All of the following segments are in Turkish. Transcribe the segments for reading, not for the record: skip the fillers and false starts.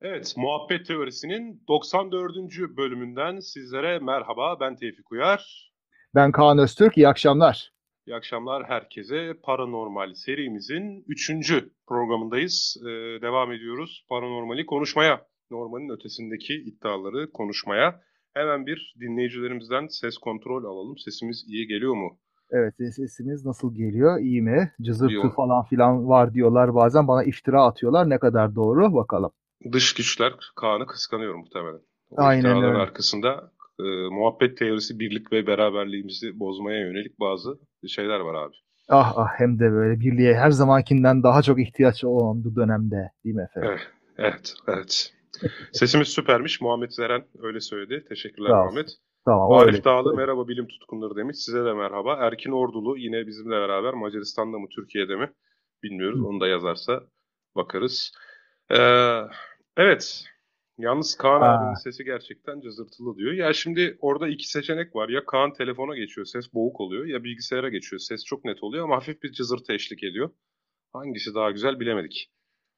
Evet, Muhabbet Teorisi'nin 94. bölümünden sizlere merhaba. Ben Tevfik Uyar. Ben Kaan Öztürk, iyi akşamlar. İyi akşamlar herkese. Paranormal serimizin 3. programındayız. Devam ediyoruz paranormali konuşmaya. Normalin ötesindeki iddiaları konuşmaya. Hemen bir dinleyicilerimizden ses kontrol alalım. Sesimiz iyi geliyor mu? Evet, sesimiz nasıl geliyor, iyi mi? Cızırtı Yo. falan filan var diyorlar bazen, bana iftira atıyorlar. Ne kadar doğru bakalım. Dış güçler Kaan'ı kıskanıyor muhtemelen. O Aynen iftiraların öyle. arkasında muhabbet teorisi birlik ve beraberliğimizi bozmaya yönelik bazı şeyler var abi. Ah ah, hem de böyle birliğe her zamankinden daha çok ihtiyaç olan bu dönemde, değil mi efendim? Evet, evet, evet. Sesimiz süpermiş. Muhammed Zeren öyle söyledi. Teşekkürler Sağ Muhammed. olsun. Tamam, o öyle. Arif Dağlı merhaba bilim tutkunları demiş. Size de merhaba. Erkin Ordulu yine bizimle beraber. Macaristan'da mı Türkiye'de mi bilmiyoruz. Hı. Onu da yazarsa bakarız. Ee, evet. Yalnız Kaan abinin Aa, sesi gerçekten cızırtılı diyor. Ya şimdi orada iki seçenek var. Ya Kaan telefona geçiyor, ses boğuk oluyor. Ya bilgisayara geçiyor, ses çok net oluyor ama hafif bir cızırtı eşlik ediyor. Hangisi daha güzel bilemedik.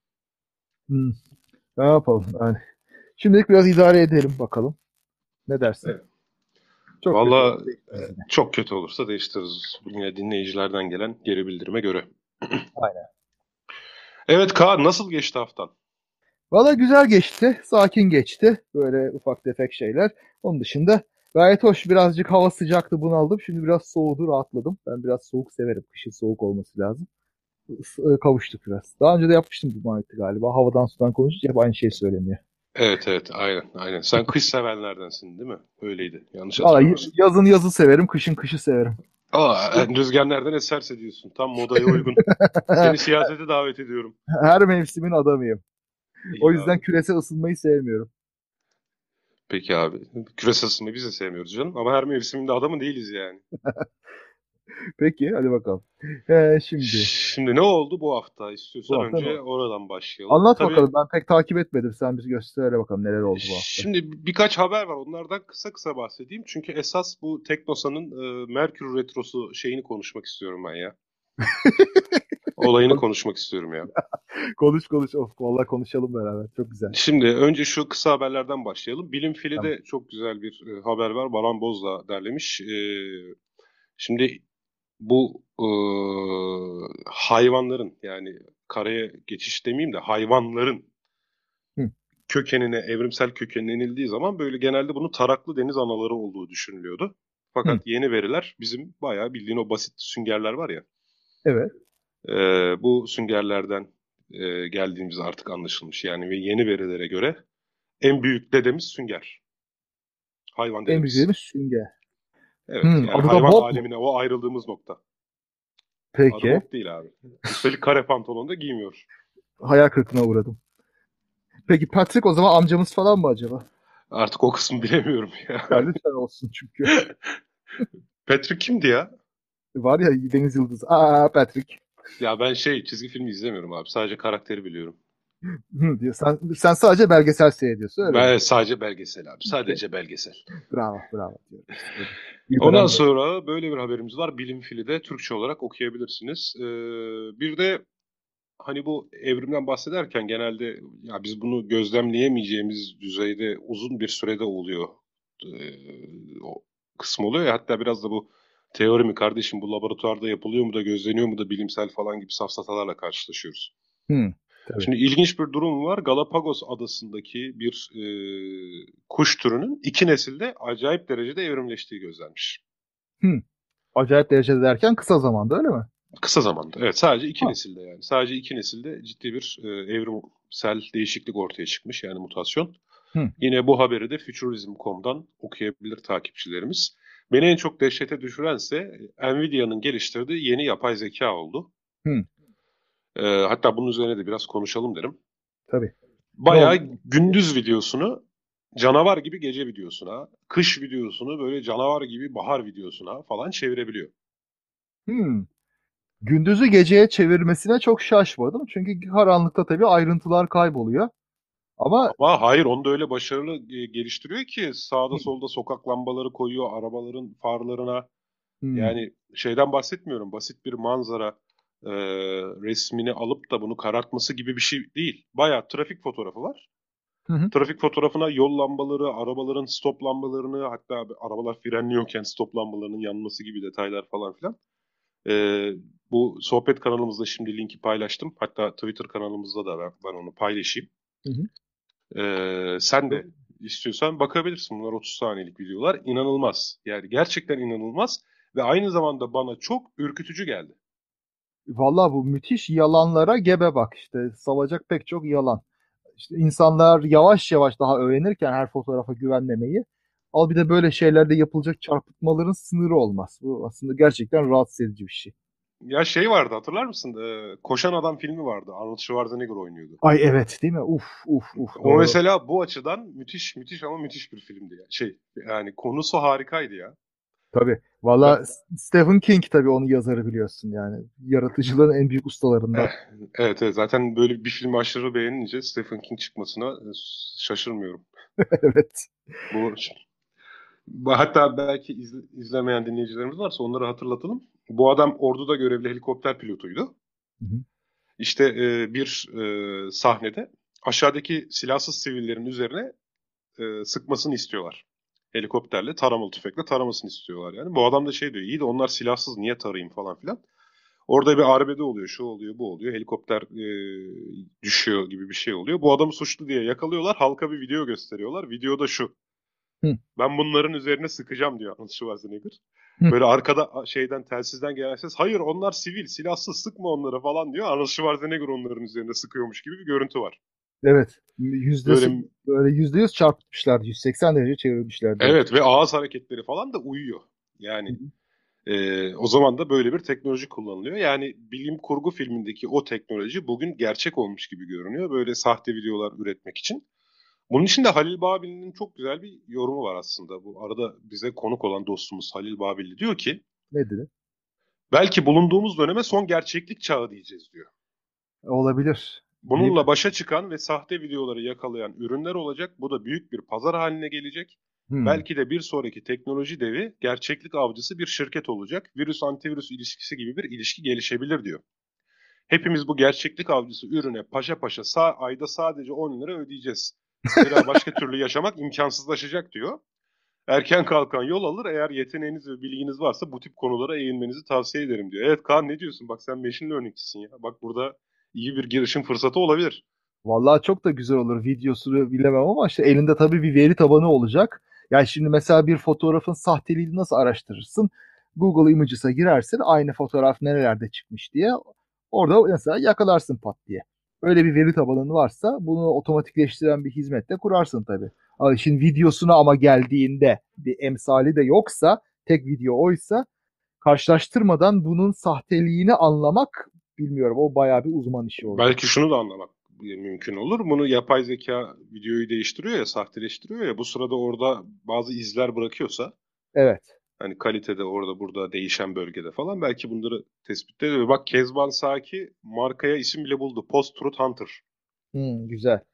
hı. Ne yapalım? Yani, şimdilik biraz idare edelim bakalım. Ne dersin? Evet. Çok kötü Valla oldu, değiştiririz yine. çok kötü olursa değiştiririz. Yine dinleyicilerden gelen geri bildirime göre. Aynen. Evet Kaan nasıl geçti haftan? Valla güzel geçti, sakin geçti. Böyle ufak tefek şeyler. Onun dışında gayet hoş. Birazcık hava sıcaktı, bunaldım. Şimdi biraz soğudu, rahatladım. Ben biraz soğuk severim. Kışın soğuk olması lazım. Kavuştuk biraz. Daha önce de yapmıştım bu muhabbeti galiba. Havadan sudan konuşunca hep aynı şey söyleniyor. Evet evet aynen aynen. Sen kış sevenlerdensin değil mi? Öyleydi. Yanlış Valla hatırlamıyorsun. yazın yazı severim, kışın kışı severim. Aa, rüzgar nereden eserse diyorsun. Tam modaya uygun. Seni siyasete davet ediyorum. Her mevsimin adamıyım. O İyi yüzden abi. küresel ısınmayı sevmiyorum. Peki abi. Küresel ısınmayı biz de sevmiyoruz canım. Ama her mevsiminde adamı değiliz yani. Peki, hadi bakalım. Şimdi Şimdi ne oldu bu hafta? bu İstiyorsan hafta ne önce oldu? oradan başlayalım. Anlat Tabii bakalım. Ben pek takip etmedim. Sen bizi göster bakalım neler oldu bu hafta. şimdi birkaç haber var. Onlardan kısa kısa bahsedeyim. Çünkü esas bu Teknosa'nın Merkür Retrosu şeyini konuşmak istiyorum ben ya. Olayını konuşmak istiyorum ya. Konuş konuş. Of, vallahi konuşalım beraber. Çok güzel. Şimdi önce şu kısa haberlerden başlayalım. Bilim Tamam. Fili'de çok güzel bir haber var. Baran Bozdağ derlemiş. Şimdi bu hayvanların yani karaya geçiş demeyeyim de hayvanların Hı, kökenine, evrimsel kökenine inildiği zaman böyle genelde bunun taraklı deniz anaları olduğu düşünülüyordu. hı. Fakat yeni veriler bizim bayağı bildiğin o basit süngerler var ya, Evet. bu süngerlerden geldiğimiz artık anlaşılmış. Yani ve yeni verilere göre en büyük dedemiz sünger. Hayvan En dedemiz. büyüğümüz sünger. Evet Hı, yani adı da hayvan Bob mu? alemine o ayrıldığımız nokta. Adı Peki. Bob değil abi. Üstelik kare pantolon da giymiyor. Hayal kırıklığına uğradım. Peki Patrick o zaman amcamız falan mı acaba? Artık o kısmı bilemiyorum Ya ya. lütfen olsun çünkü. Patrick kimdi ya? Var ya Deniz Yıldız. Aa, Patrick. Ya ben şey çizgi filmi izlemiyorum abi. Sadece karakteri biliyorum. Hı, diyor. Sen sadece belgesel seyrediyorsun, öyle mi? Ben sadece belgesel abi. Okey. Sadece belgesel. Bravo bravo diyorum. İşte böyle. Büyük Ondan adam böyle. sonra böyle bir haberimiz var. Bilim Fili de Türkçe olarak okuyabilirsiniz. Bir de hani bu evrimden bahsederken genelde ya biz bunu gözlemleyemeyeceğimiz düzeyde uzun bir sürede oluyor. O kısmı oluyor ya, hatta biraz da bu teori mi kardeşim, bu laboratuvarda yapılıyor mu da gözleniyor mu da bilimsel falan gibi safsatalarla karşılaşıyoruz. Hı, tabii. Şimdi ilginç bir durum var. Galapagos adasındaki bir kuş türünün iki nesilde acayip derecede evrimleştiği gözlenmiş. Hı. Acayip derecede derken kısa zamanda, öyle mi? Kısa zamanda. Evet, sadece iki Ha. nesilde yani. Sadece iki nesilde ciddi bir evrimsel değişiklik ortaya çıkmış, yani mutasyon. Hı, Yine bu haberi de Futurism.com'dan okuyabilir takipçilerimiz. Beni en çok dehşete düşürense Nvidia'nın geliştirdiği yeni yapay zeka oldu. hı, Hatta bunun üzerine de biraz konuşalım derim. tabii. Ne Bayağı oldu? gündüz videosunu canavar gibi gece videosuna, kış videosunu böyle canavar gibi bahar videosuna falan çevirebiliyor. Hı. Gündüzü geceye çevirmesine çok şaşmadım. Çünkü karanlıkta tabii ayrıntılar kayboluyor. Ama Ama hayır, onu da öyle başarılı geliştiriyor ki hı, sağda solda sokak lambaları koyuyor arabaların farlarına. hı, Yani şeyden bahsetmiyorum, basit bir manzara resmini alıp da bunu karartması gibi bir şey değil. Bayağı trafik fotoğrafı var. Hı hı. Trafik fotoğrafına yol lambaları, arabaların stop lambalarını, hatta arabalar frenliyorken stop lambalarının yanması gibi detaylar falan filan. Ee, Bu sohbet kanalımızda şimdi linki paylaştım. Hatta Twitter kanalımızda da ben onu paylaşayım. Hı hı. Sen de istiyorsan bakabilirsin. Bunlar 30 saniyelik videolar. İnanılmaz. Yani gerçekten inanılmaz. Ve aynı zamanda bana çok ürkütücü geldi. Vallahi bu müthiş yalanlara gebe bak işte. Savacak pek çok yalan. İşte insanlar yavaş yavaş daha öğrenirken her fotoğrafa güvenmemeyi, al bir de böyle şeylerde yapılacak çarpıtmaların sınırı olmaz. Bu aslında gerçekten rahatsız edici bir şey. Ya şey vardı, hatırlar mısın? Koşan Adam filmi vardı. Arnold Schwarzenegger oynuyordu. Ay evet, değil mi? Uf uf uf, O doğru. mesela bu açıdan müthiş müthiş ama müthiş bir filmdi ya. Yani konusu harikaydı ya. Tabii. Ben, Valla Stephen King tabii onun yazarı biliyorsun yani. Yaratıcılığın en büyük ustalarından. evet, evet, zaten böyle bir film aşırı beğenince Stephen King çıkmasına şaşırmıyorum. Evet. Bu Hatta belki izlemeyen dinleyicilerimiz varsa onları hatırlatalım. Bu adam orduda görevli helikopter pilotuydu. Hı hı. İşte bir sahnede aşağıdaki silahsız sivillerin üzerine sıkmasını istiyorlar. Helikopterle, taramalı tüfekle taramasını istiyorlar yani. Bu adam da şey diyor, iyi de onlar silahsız, niye tarayayım falan filan. Orada bir arbede oluyor, şu oluyor, bu oluyor. Helikopter düşüyor gibi bir şey oluyor. Bu adamı suçlu diye yakalıyorlar. Halka bir video gösteriyorlar. Videoda şu: Hı ben bunların üzerine sıkacağım diyor Arnold Schwarzenegger. hı. Böyle arkada şeyden, telsizden gelen ses, hayır onlar sivil, silahsız, sıkma onlara falan diyor. Arnold Schwarzenegger onların üzerine sıkıyormuş gibi bir görüntü var. Evet. Yüzdesi Böyle, böyle %100 çarpıtmışlardı. 180 derece çevirmişlerdi orada. evet, ve ağız hareketleri falan da uyuyor. Hı Yani hı. o zaman da böyle bir teknoloji kullanılıyor. Yani bilim kurgu filmindeki o teknoloji bugün gerçek olmuş gibi görünüyor. Böyle sahte videolar üretmek için. Bunun için de Halil Babil'in çok güzel bir yorumu var aslında. Bu arada bize konuk olan dostumuz Halil Babil'i diyor ki, Ne dedi? belki bulunduğumuz döneme son gerçeklik çağı diyeceğiz diyor. Olabilir. Değil mi? Bununla başa çıkan ve sahte videoları yakalayan ürünler olacak. Bu da büyük bir pazar haline gelecek. Hmm. Belki de bir sonraki teknoloji devi gerçeklik avcısı bir şirket olacak. Virüs antivirüs ilişkisi gibi bir ilişki gelişebilir diyor. Hepimiz bu gerçeklik avcısı ürüne paşa paşa ayda sadece 10 lira ödeyeceğiz. Zira başka türlü yaşamak imkansızlaşacak diyor. Erken kalkan yol alır. Eğer yeteneğiniz ve bilginiz varsa bu tip konulara eğilmenizi tavsiye ederim diyor. Evet Kaan, ne diyorsun? Bak sen machine learning'cisin ya. Bak burada iyi bir girişim fırsatı olabilir. Vallahi çok da güzel olur. Videosunu bilemem ama işte elinde tabii bir veri tabanı olacak. Yani şimdi mesela bir fotoğrafın sahteliğini nasıl araştırırsın? Google Images'a girersin, aynı fotoğraf nerelerde çıkmış diye. Orada mesela yakalarsın pat diye. Öyle bir veri tabanın varsa bunu otomatikleştiren bir hizmet de kurarsın tabii. Ama şimdi videosuna ama geldiğinde bir emsali de yoksa, tek video oysa, karşılaştırmadan bunun sahteliğini anlamak, bilmiyorum, o bayağı bir uzman işi olacak. Belki şunu da anlamak mümkün olur. Bunu yapay zeka videoyu değiştiriyor ya, sahteleştiriyor ya. Bu sırada orada bazı izler bırakıyorsa, Evet. hani kalitede orada burada değişen bölgede falan, belki bunları tespit ediyor. Bak Kezban Saki markaya isim bile buldu. Post-Truth Hunter. Güzel.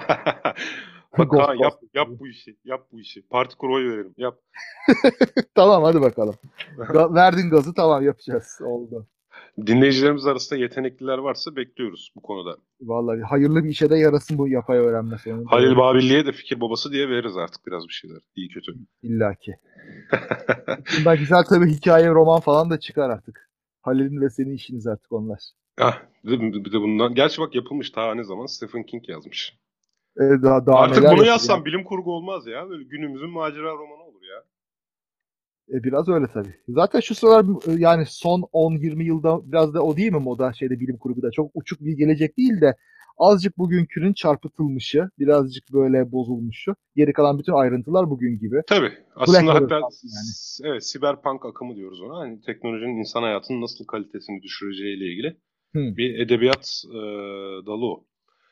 Bak Kaan, Ghostbusters yap gibi. bu işi. Yap bu işi. Parti Kuroy verelim. Yap. Tamam, hadi bakalım. Verdin gazı, tamam, yapacağız. Oldu. Dinleyicilerimiz arasında yetenekliler varsa bekliyoruz bu konuda. Vallahi hayırlı bir işe de yarasın bu yapay öğrenme sonunda. Halil Babilli'ye de fikir babası diye veririz artık biraz bir şeyler. İyi kötü. İllaki. Bundan güzel tabii hikaye, roman falan da çıkar artık. Halil'in ve senin işiniz artık onlar. Bir de bundan. Gerçi bak yapılmış ta ne zaman, Stephen King yazmış. Daha Artık neler bunu yapacağım. yazsam bilim kurgu olmaz ya. Böyle günümüzün macera romanı olur ya. Biraz öyle tabii. Zaten şu sıralar yani son 10-20 yılda biraz da o değil mi moda, şeyde, bilim kurguda. Çok uçuk bir gelecek değil de azıcık bugünkünün çarpıtılmışı, birazcık böyle bozulmuşu. Geri kalan bütün ayrıntılar bugün gibi. Tabii. Black Aslında Mirror hatta tarzı yani. evet, siberpunk akımı diyoruz ona. Hani teknolojinin insan hayatının nasıl kalitesini düşüreceğiyle ilgili Hmm. bir edebiyat dalı o.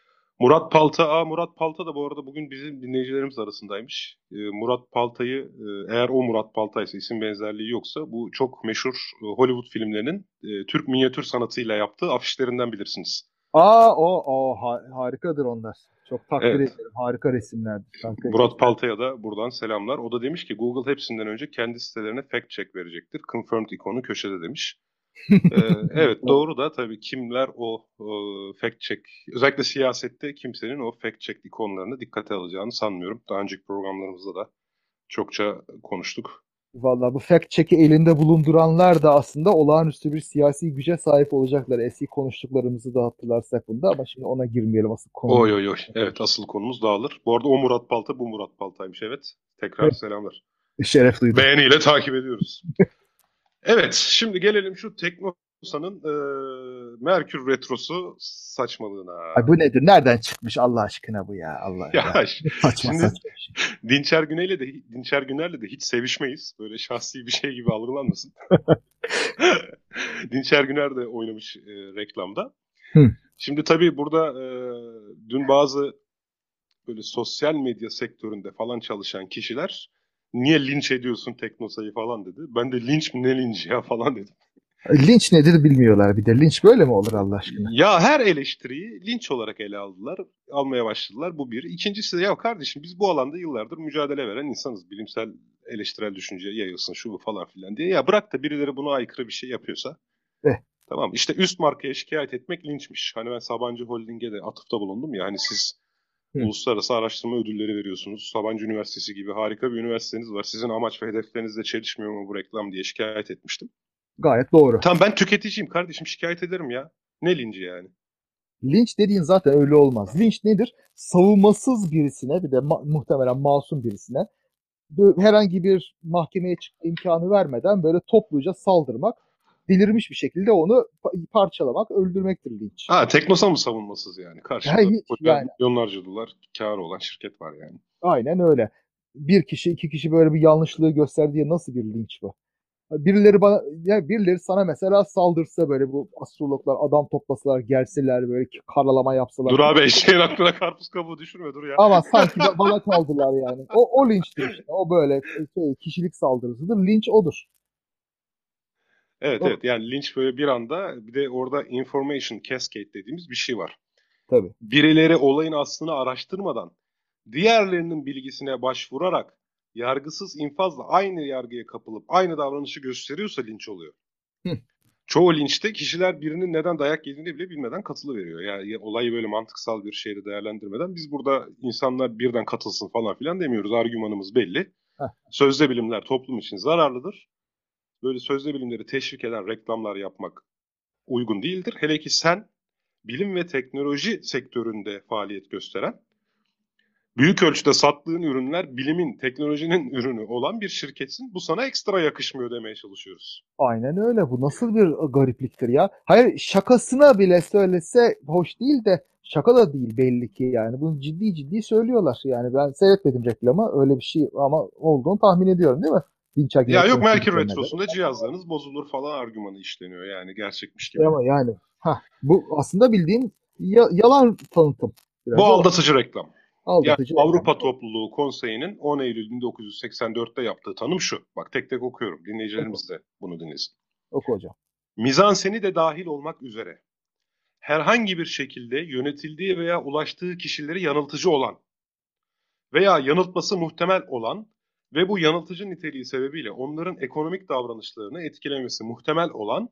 Murat Palta da bu arada bugün bizim dinleyicilerimiz arasındaymış. Murat Palta'yı, eğer o Murat Palta'ysa, isim benzerliği yoksa, bu çok meşhur Hollywood filmlerinin Türk minyatür sanatıyla yaptığı afişlerinden bilirsiniz. Harikadır onlar. Çok takdir Evet. ederim. Harika resimlerdir. Harika Murat efektler. Palta'ya da buradan selamlar. O da demiş ki Google hepsinden önce kendi sitelerine fact check verecektir. Confirmed ikonu köşede demiş. Evet, doğru da tabii kimler o fact check, özellikle siyasette kimsenin o fact check ikonlarını dikkate alacağını sanmıyorum. Daha önceki programlarımızda da çokça konuştuk. Vallahi bu fact check'i elinde bulunduranlar da aslında olağanüstü bir siyasi güce sahip olacaklar. Eski konuştuklarımızı da hatırlarsak bunda, ama şimdi ona girmeyelim. Asıl Oy konumuz. oy oy. Evet, asıl konumuz dağılır. Bu arada o Murat Balta bu Murat Balta'ymış, evet. Tekrar selamlar. Şeref duydum. Beğeniyle takip ediyoruz. Evet, şimdi gelelim şu Teknosa'nın Merkür Retrosu saçmalığına. Ay bu nedir? Nereden çıkmış Allah aşkına bu ya? Allah ya. Ya Saçma şimdi saçma bir şey. Dinçer Güner'le de hiç sevişmeyiz. Böyle şahsi bir şey gibi algılanmasın. Dinçer Güner de oynamış reklamda. Hı. Şimdi tabii burada dün bazı böyle sosyal medya sektöründe falan çalışan kişiler niye linç ediyorsun Teknosa'yı falan dedi. Ben de linç mi ne linç ya falan dedim. Linç nedir bilmiyorlar bir de. Linç böyle mi olur Allah aşkına? Ya her eleştiriyi linç olarak ele aldılar. Almaya başladılar. Bu bir. İkincisi de ya kardeşim biz bu alanda yıllardır mücadele veren insanız. Bilimsel eleştirel düşünce yayılsın şu bu falan filan diye. Ya bırak da birileri buna aykırı bir şey yapıyorsa. Eh. Tamam işte üst markaya şikayet etmek linçmiş. Hani ben Sabancı Holding'e de atıfta bulundum ya. Hani siz Hı. uluslararası araştırma ödülleri veriyorsunuz. Sabancı Üniversitesi gibi harika bir üniversiteniz var. Sizin amaç ve hedeflerinizle çelişmiyor mu bu reklam diye şikayet etmiştim. Gayet doğru. Tamam ben tüketiciyim kardeşim şikayet ederim ya. Ne linci yani? Linç dediğin zaten öyle olmaz. Linç nedir? Savunmasız birisine, bir de muhtemelen masum birisine, herhangi bir mahkemeye çıkma imkanı vermeden böyle topluca saldırmak, delirmiş bir şekilde onu parçalamak, öldürmektir linç. Ha, Teknosa mı savunmasız yani? Yani Karşında hiç koca yani, milyonlarca dolar kârı olan şirket var yani. aynen öyle. Bir kişi, iki kişi böyle bir yanlışlığı gösterdiği nasıl bir linç bu? Birileri bana, ya birileri sana mesela saldırsa, böyle bu astrologlar adam toplasalar, gelseler, böyle karalama yapsalar Dur falan. abi eşeğin aklına karpuz kabuğu düşürme dur ya. Ama sanki bana kaldılar yani. O linçtir işte. O böyle kişilik saldırısıdır. Linç odur. Evet O, evet yani linç böyle bir anda bir de orada information cascade dediğimiz bir şey var. tabii. Birileri olayın aslını araştırmadan diğerlerinin bilgisine başvurarak yargısız infazla aynı yargıya kapılıp aynı davranışı gösteriyorsa linç oluyor. Hı. Çoğu linçte kişiler birinin neden dayak yediğini bile bilmeden katılıveriyor. Yani olayı böyle mantıksal bir şeyde değerlendirmeden biz burada insanlar birden katılsın falan filan demiyoruz. Argümanımız belli. Heh. Sözde bilimler toplum için zararlıdır. Böyle sözde bilimleri teşvik eden reklamlar yapmak uygun değildir. Hele ki sen bilim ve teknoloji sektöründe faaliyet gösteren, büyük ölçüde sattığın ürünler bilimin, teknolojinin ürünü olan bir şirketsin. Bu sana ekstra yakışmıyor demeye çalışıyoruz. Aynen öyle. Bu nasıl bir garipliktir ya? Hayır, şakasına bile söylese hoş değil de, şaka da değil belli ki yani. Bunu ciddi ciddi söylüyorlar. Yani ben seyretmedim reklamı. Öyle bir şey ama olduğunu tahmin ediyorum, değil mi? Dinçer Ya Güner yok Merkür konuştuklarına göre. Retrosu'nda cihazlarınız bozulur falan argümanı işleniyor yani gerçekmiş İşte gibi. ama yani, bu aslında bildiğin yalan tanıtım. Bu Biraz da aldatıcı reklam. Yani aldatıcı reklam. Avrupa Topluluğu Konseyi'nin 10 Eylül 1984'te yaptığı tanım şu. Bak tek tek okuyorum. Oku, Dinleyicilerimiz de bunu dinlesin. oku hocam. Mizanseni de dahil olmak üzere herhangi bir şekilde yönetildiği veya ulaştığı kişileri yanıltıcı olan veya yanıltması muhtemel olan ve bu yanıltıcı niteliği sebebiyle onların ekonomik davranışlarını etkilemesi muhtemel olan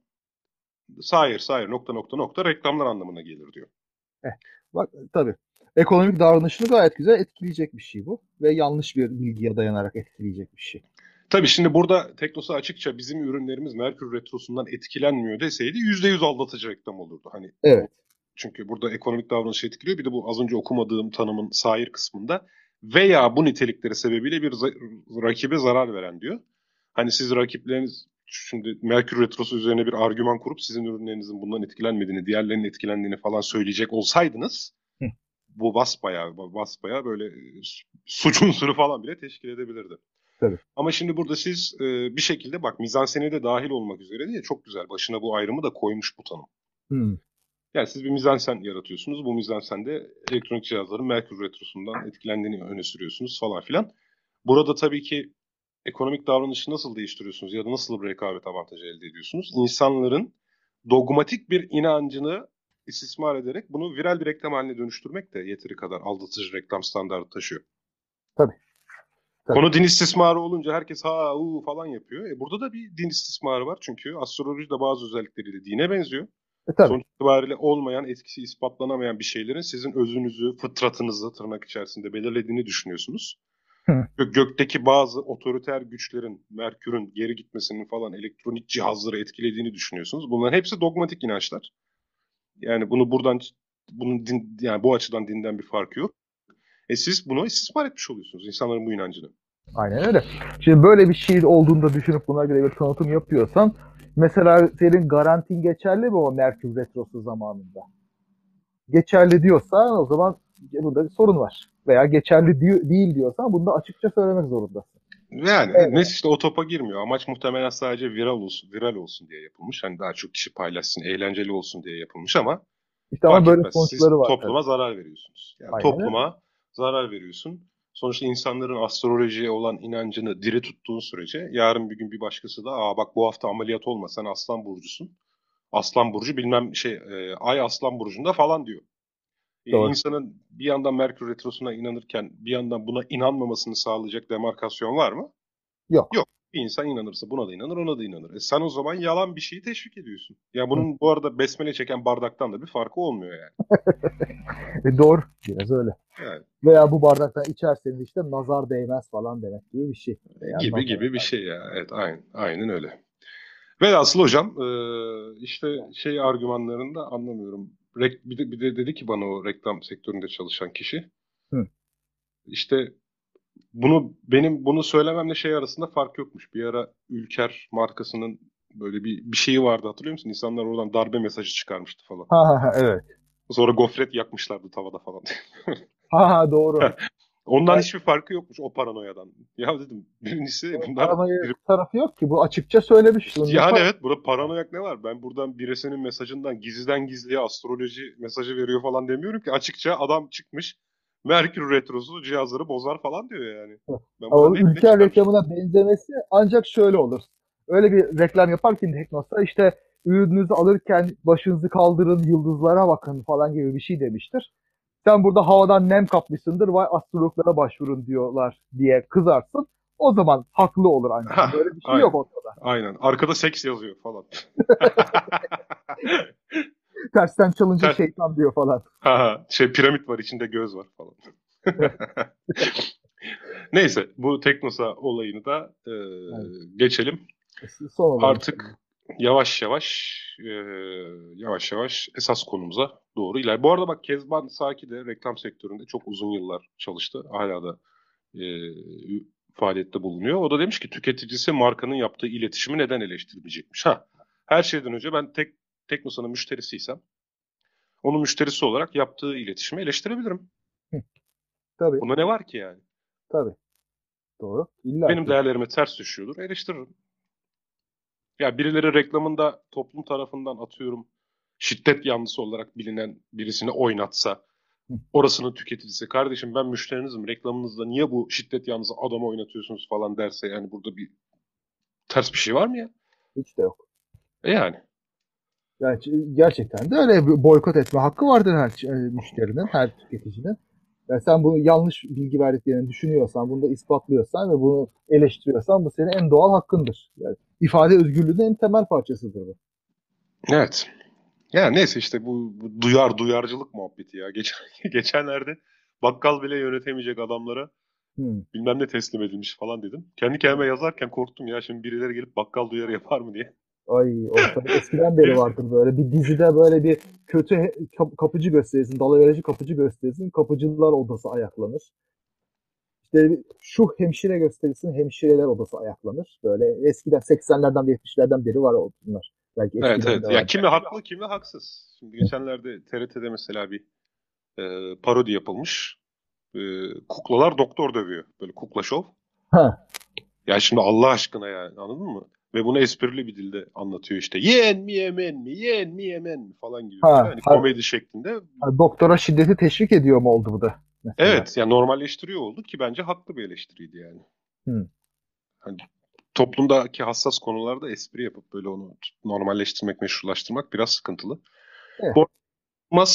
sair nokta nokta nokta reklamlar anlamına gelir diyor. Eh, bak tabii. Ekonomik davranışını gayet güzel etkileyecek bir şey bu. Ve yanlış bir bilgiye dayanarak etkileyecek bir şey. Tabii şimdi burada Teknosa açıkça bizim ürünlerimiz Merkür Retrosu'ndan etkilenmiyor deseydi %100 aldatıcı reklam olurdu. Hani Evet. bu, çünkü burada ekonomik davranışı etkiliyor. Bir de bu az önce okumadığım tanımın sair kısmında veya bu nitelikleri sebebiyle bir rakibe zarar veren diyor. Hani siz rakipleriniz şimdi Merkür Retrosu üzerine bir argüman kurup sizin ürünlerinizin bundan etkilenmediğini, diğerlerinin etkilendiğini falan söyleyecek olsaydınız Hı, bu basbayağı böyle suç unsuru falan bile teşkil edebilirdi. tabii. Ama şimdi burada siz bir şekilde bak mizansene de dahil olmak üzere diye çok güzel başına bu ayrımı da koymuş bu tanım. Hmm. Yani siz bir mizansen yaratıyorsunuz. Bu mizansende elektronik cihazların Merkür Retrosu'ndan etkilendiğini öne sürüyorsunuz falan filan. Burada tabii ki ekonomik davranışı nasıl değiştiriyorsunuz ya da nasıl bir rekabet avantajı elde ediyorsunuz? İnsanların dogmatik bir inancını istismar ederek bunu viral bir reklam haline dönüştürmek de yeteri kadar aldatıcı reklam standartı taşıyor. Tabii. Tabii. Konu din istismarı olunca herkes ha falan yapıyor. Burada da bir din istismarı var çünkü astroloji de bazı özellikleriyle dine benziyor. Tabii. Sonuç itibariyle olmayan, etkisi ispatlanamayan bir şeylerin sizin özünüzü, fıtratınızı tırnak içerisinde belirlediğini düşünüyorsunuz. Hı. Gökteki bazı otoriter güçlerin, Merkür'ün geri gitmesinin falan elektronik cihazları etkilediğini düşünüyorsunuz. Bunların hepsi dogmatik inançlar. Yani yani bu açıdan dinden bir farkı yok. Siz bunu istismar etmiş oluyorsunuz insanların bu inancını. Aynen öyle. Şimdi böyle bir şey olduğunda düşünüp buna göre bir tanıtım yapıyorsan mesela senin garantin geçerli mi o Merkür Retrosu zamanında? Geçerli diyorsan o zaman bunda bir sorun var. Veya geçerli değil diyorsan bunu da açıkça söylemek zorundasın. Yani Evet. Nes işte o topa girmiyor. Amaç muhtemelen sadece viral olsun diye yapılmış. Hani daha çok kişi paylaşsın, eğlenceli olsun diye yapılmış ama İşte ama fark böyle etmez. Siz sonuçları var tabii. topluma zarar veriyorsunuz. Yani Aynen öyle. topluma zarar veriyorsun. Sonuçta insanların astrolojiye olan inancını diri tuttuğun sürece yarın bir gün bir başkası da bak bu hafta ameliyat olma sen Aslan burcusun. Aslan burcu bilmem Ay Aslan burcunda falan diyor. Doğru. İnsanın bir yandan Merkür Retrosu'na inanırken bir yandan buna inanmamasını sağlayacak demarkasyon var mı? Yok. Yok. Bir insan inanırsa buna da inanır, ona da inanır. Sen o zaman yalan bir şeyi teşvik ediyorsun. Ya Hı. bunun bu arada besmele çeken bardaktan da bir farkı olmuyor yani. Doğru. Biraz öyle. Yani Veya bu bardaktan içerseniz işte nazar değmez falan demek gibi bir şey. Veya gibi nazar gibi bir değmez. şey ya. Evet, aynen öyle. Velhasıl hocam işte argümanlarını da anlamıyorum. Bir de dedi ki bana o reklam sektöründe çalışan kişi Hı. işte benim bunu söylememle arasında fark yokmuş. Bir ara Ülker markasının böyle bir şeyi vardı hatırlıyor musun? İnsanlar oradan darbe mesajı çıkarmıştı falan. Ha, evet. Sonra gofret yakmışlardı tavada falan. Doğru. Ondan Yani hiçbir farkı yokmuş o paranoyadan. Ya dedim birincisi bunun bunlar paranoya tarafı yok ki. Bu açıkça söylemiş. Bunun ne yani para? evet burada paranoyak ne var? Ben buradan birisinin mesajından gizliden gizliye astroloji mesajı veriyor falan demiyorum ki. Açıkça adam çıkmış. Merkür Retrosu cihazları bozar falan diyor yani. Ben burada Ama net ülke çıkarmışım. reklamına benzemesi ancak şöyle olur. Öyle bir reklam yapar ki Teknosa işte ürününüzü alırken başınızı kaldırın, yıldızlara bakın falan gibi bir şey demiştir. Sen burada havadan nem kapmışsındır, vay astrologlara başvurun diyorlar diye kızarsın. O zaman haklı olur ancak. Hah, Böyle bir şey yok aynen. ortada. Aynen. Arkada seks yazıyor falan. Tersten çalınca Ter, şeytan diyor falan. piramit var içinde göz var falan. Neyse bu Teknosa olayını da Evet. geçelim. Son olarak Artık yavaş yavaş e, yavaş yavaş esas konumuza doğru iler. Bu arada bak Kezban Saki de reklam sektöründe çok uzun yıllar çalıştı. Hala da e, faaliyette bulunuyor. O da demiş ki tüketicisi markanın yaptığı iletişimi neden eleştirmeyecekmiş? Her şeyden önce ben Teknosa'nın müşterisiysem onun müşterisi olarak yaptığı iletişimi eleştirebilirim. tabii, Bunda ne var ki yani? tabii. Doğru. İlla Benim ki. değerlerime ters düşüyordur, eleştiririm. Ya birileri reklamında toplum tarafından atıyorum şiddet yanlısı olarak bilinen birisini oynatsa orasının tüketicisi kardeşim ben müşterinizim reklamınızda niye bu şiddet yanlısı adamı oynatıyorsunuz falan derse yani burada bir ters bir şey var mı ya? Hiç de yok. Yani Yani gerçekten de öyle bir boykot etme hakkı vardır her müşterinin, her tüketicinin. Yani sen bunu yanlış bilgi verdiklerini düşünüyorsan, bunu da ispatlıyorsan ve bunu eleştiriyorsan bu senin en doğal hakkındır. Yani ifade özgürlüğünün en temel parçasıdır bu. evet. Yani neyse işte bu duyarcılık muhabbeti ya. Geçenlerde bakkal bile yönetemeyecek adamlara Hmm. bilmem ne teslim edilmiş falan dedim. Kendi kendime yazarken korktum ya şimdi birileri gelip bakkal duyarı yapar mı diye. Ay o tabii eskiden beri Birisi, vardır böyle. Bir dizide böyle bir kötü kapıcı gösterilsin, dalaverici kapıcı gösterilsin, kapıcılar odası ayaklanır. İşte şu hemşire gösterilsin, hemşireler odası ayaklanır. Böyle eskiden 80'lerden 70'lerden beri var bunlar. Belki evet eskiden de evet. Ya vardı. kimi haklı kimi haksız. Şimdi geçenlerde TRT'de mesela bir parodi yapılmış. Kuklalar doktor dövüyor. Böyle kukla şov. Ha, Ya şimdi Allah aşkına yani anladın mı? Ve bunu esprili bir dilde anlatıyor işte. Yeğen mi yemen mi? Yeğen mi yemen mi? Falan gibi böyle. ha, Hani komedi şeklinde. doktora şiddeti teşvik ediyor mu oldu bu da mesela? Evet yani normalleştiriyor oldu ki bence haklı bir eleştiriydi yani. Hmm. Hani toplumdaki hassas konularda espri yapıp böyle onu normalleştirmek, meşrulaştırmak biraz sıkıntılı. Eh, Bu olmaz.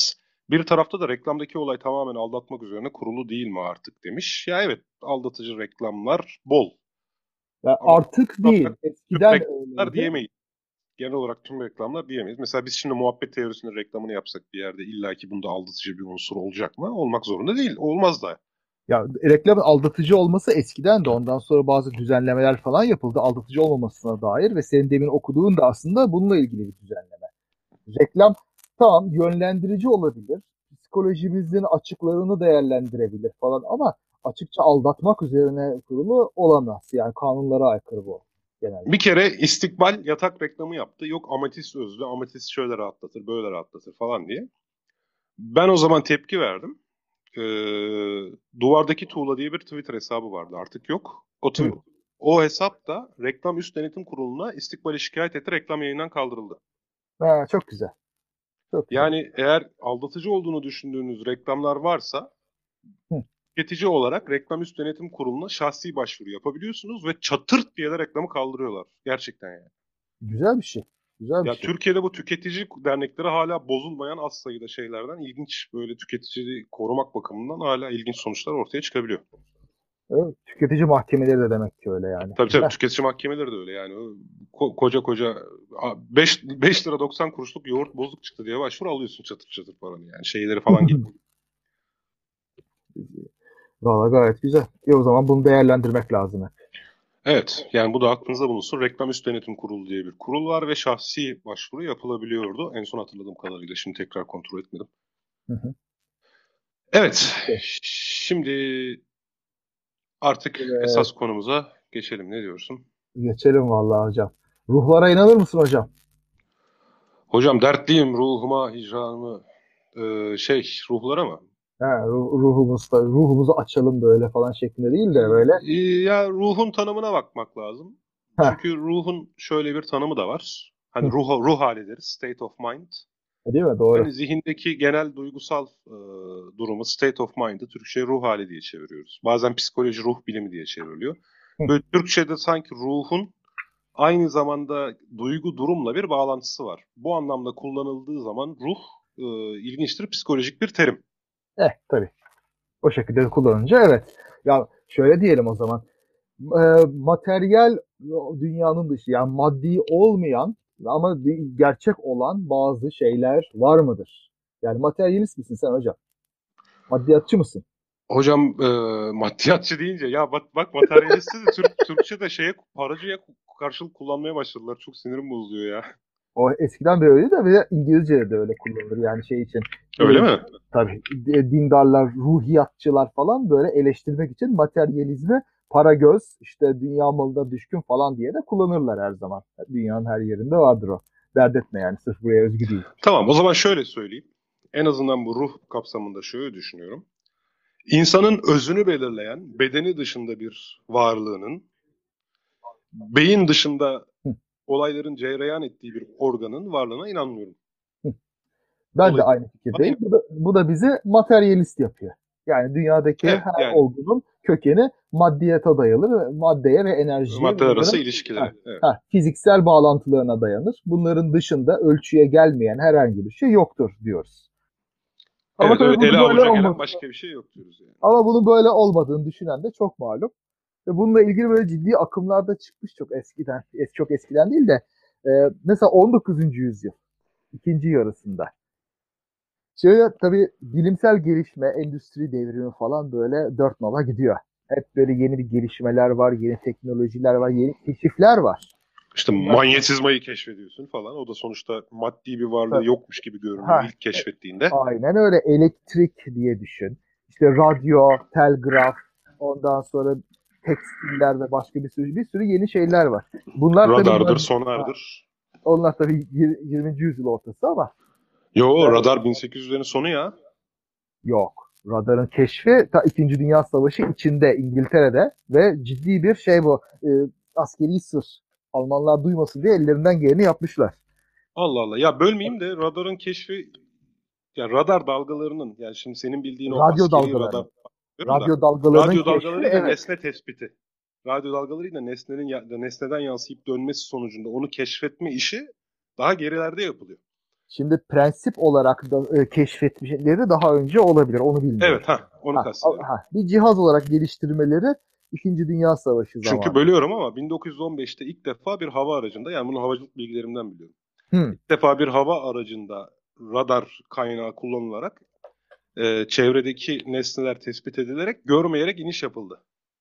Bir tarafta da reklamdaki olay tamamen aldatmak üzerine kurulu değil mi artık demiş. Ya evet, aldatıcı reklamlar bol. Ya Ama artık genel olarak değil. tüm Eskiden reklamlar öyleydi. diyemeyiz. Genel olarak tüm reklamlar diyemeyiz. Mesela biz şimdi muhabbet teorisinin reklamını yapsak bir yerde illaki bunda aldatıcı bir unsur olacak mı? Olmak zorunda değil. Olmaz da. Ya reklamın aldatıcı olması eskiden de ondan sonra bazı düzenlemeler falan yapıldı aldatıcı olmamasına dair ve senin demin okuduğun da aslında bununla ilgili bir düzenleme. Reklam tamam yönlendirici olabilir. Psikolojimizin açıklarını değerlendirebilir falan ama açıkça aldatmak üzerine kurulu olamaz. Yani kanunlara aykırı bu genelde. Bir kere istikbal yatak reklamı yaptı. Yok ametist özlü, ametist şöyle rahatlatır, böyle rahatlatır falan diye. Ben o zaman tepki verdim. Duvardaki Tuğla diye bir Twitter hesabı vardı. Artık yok. Hı. O hesap da Reklam Üst Denetim Kurulu'na istikbali şikayet etti. Reklam yayından kaldırıldı. Ha, çok güzel. Çok güzel. Yani eğer aldatıcı olduğunu düşündüğünüz reklamlar varsa Hı. tüketici olarak Reklam Üst Denetim Kurulu'na şahsi başvuru yapabiliyorsunuz ve çatırt diye de reklamı kaldırıyorlar. Gerçekten yani. Güzel bir şey. Güzel bir Ya şey. Türkiye'de bu tüketici dernekleri hala bozulmayan az sayıda şeylerden ilginç, böyle tüketiciyi korumak bakımından hala ilginç sonuçlar ortaya çıkabiliyor. Evet, tüketici mahkemeleri de demek ki öyle yani. Tabii tabii, Güzel. tüketici mahkemeleri de öyle yani. Koca koca 5 lira 90 kuruşluk yoğurt bozuk çıktı diye başvuru alıyorsun çatır çatır paranı yani. Şeyleri falan git. Valla gayet güzel. O zaman bunu değerlendirmek lazım. Evet, yani bu da aklınızda bulunsun. Reklam Üst Denetim Kurulu diye bir kurul var ve şahsi başvuru yapılabiliyordu. En son hatırladığım kadarıyla, şimdi tekrar kontrol etmedim. Hı hı. Evet, şimdi artık esas Evet, konumuza geçelim. Ne diyorsun? geçelim vallahi hocam. Ruhlara inanır mısın hocam? Hocam dertliyim ruhuma, hicranımı, ruhlara mı? Ha, ruhumuzu açalım böyle falan şeklinde değil de böyle. Ya ruhun tanımına bakmak lazım. Heh, Çünkü ruhun şöyle bir tanımı da var. Hani hı, ruh hali deriz, state of mind. değil mi? Doğru. Yani zihindeki genel duygusal durumu, state of mind'ı Türkçe'ye ruh hali diye çeviriyoruz. Bazen psikoloji ruh bilimi diye çevriliyor. Hı, Böyle Türkçe'de sanki ruhun aynı zamanda duygu durumla bir bağlantısı var. Bu anlamda kullanıldığı zaman ruh ilginçtir, psikolojik bir terim. tabii. O şekilde kullanınca evet. Ya şöyle diyelim o zaman. Materyal dünyanın dışı yani maddi olmayan ama gerçek olan bazı şeyler var mıdır? Yani materyalist misin sen hocam? Maddiyatçı mısın? Hocam maddiyatçı deyince ya bak materyalisti de Türkçe'de paracıya karşılık kullanmaya başladılar. Çok sinirim bozuluyor ya. O eskiden de öyleydi de bir de İngilizce'de de öyle kullanılır yani şey için. Öyle E, mi? tabii dindarlar, ruhiyatçılar falan böyle eleştirmek için materyalizmi para göz, işte dünya malına düşkün falan diye de kullanırlar her zaman. Dünyanın her yerinde vardır o. Dert etme yani sırf buraya özgü değil. Tamam, o zaman şöyle söyleyeyim. En azından bu ruh kapsamında şöyle düşünüyorum. İnsanın özünü belirleyen bedeni dışında bir varlığının, beyin dışında Hı, olayların cereyan ettiği bir organın varlığına inanmıyorum. hı. Ben de Dolayısıyla aynı fikirdeyim. Bu da bizi materyalist yapıyor. Yani dünyadaki evet, her yani olgunun kökeni maddiyata dayanır ve maddeye ve enerjiye ve maddeler arası bunların ilişkileri. Evet. fiziksel bağlantılarına dayanır. Bunların dışında ölçüye gelmeyen herhangi bir şey yoktur diyoruz. Ama Evet, tabii ele bunu böyle avuca gelen olmaz. başka bir şey yok diyoruz yani. Ama bunun böyle olmadığını düşünen de çok malum. Ve bununla ilgili böyle ciddi akımlar da çıkmış çok eskiden. Çok eskiden değil de mesela 19. yüzyıl ikinci yarısında. Şöyle tabii bilimsel gelişme, endüstri devrimi falan böyle dört nala gidiyor. Hep böyle yeni bir gelişmeler var, yeni teknolojiler var, yeni keşifler var. İşte Bunlar manyetizmayı keşfediyorsun falan. O da sonuçta maddi bir varlığı tabii, yokmuş gibi görünüyor ha, ilk keşfettiğinde. aynen öyle elektrik diye düşün. İşte radyo, telgraf, ondan sonra tekstiller ve başka bir sürü yeni şeyler var. Bunlar tabii Radardır, ha, sonardır. onlar tabii 20. yüzyıl ortası ama Yo, e, radar 1800'lerin sonu ya. yok. Radarın keşfi ta İkinci Dünya Savaşı içinde İngiltere'de ve ciddi bir şey bu. Askeri sır. Almanlar duymasın diye ellerinden geleni yapmışlar. Allah Allah. Ya bölmeyeyim de radarın keşfi, ya radar dalgalarının, yani şimdi senin bildiğin o Radyo askeri radar dalgalarının. diyorum da Radyo dalgalarının radyo keşfi dalgalarıyla evet. nesne tespiti. Radyo dalgalarıyla nesneden yansıyıp dönmesi sonucunda onu keşfetme işi daha gerilerde yapılıyor. Şimdi prensip olarak da keşfetmişleri daha önce olabilir. Onu bilmiyorum. Evet, onu kastediyorum. Bir cihaz olarak geliştirmeleri İkinci Dünya Savaşı Çünkü zamanı. bölüyorum ama 1915'te ilk defa bir hava aracında, yani bunu havacılık bilgilerimden biliyorum. Hı, İlk defa bir hava aracında radar kaynağı kullanılarak çevredeki nesneler tespit edilerek görmeyerek iniş yapıldı.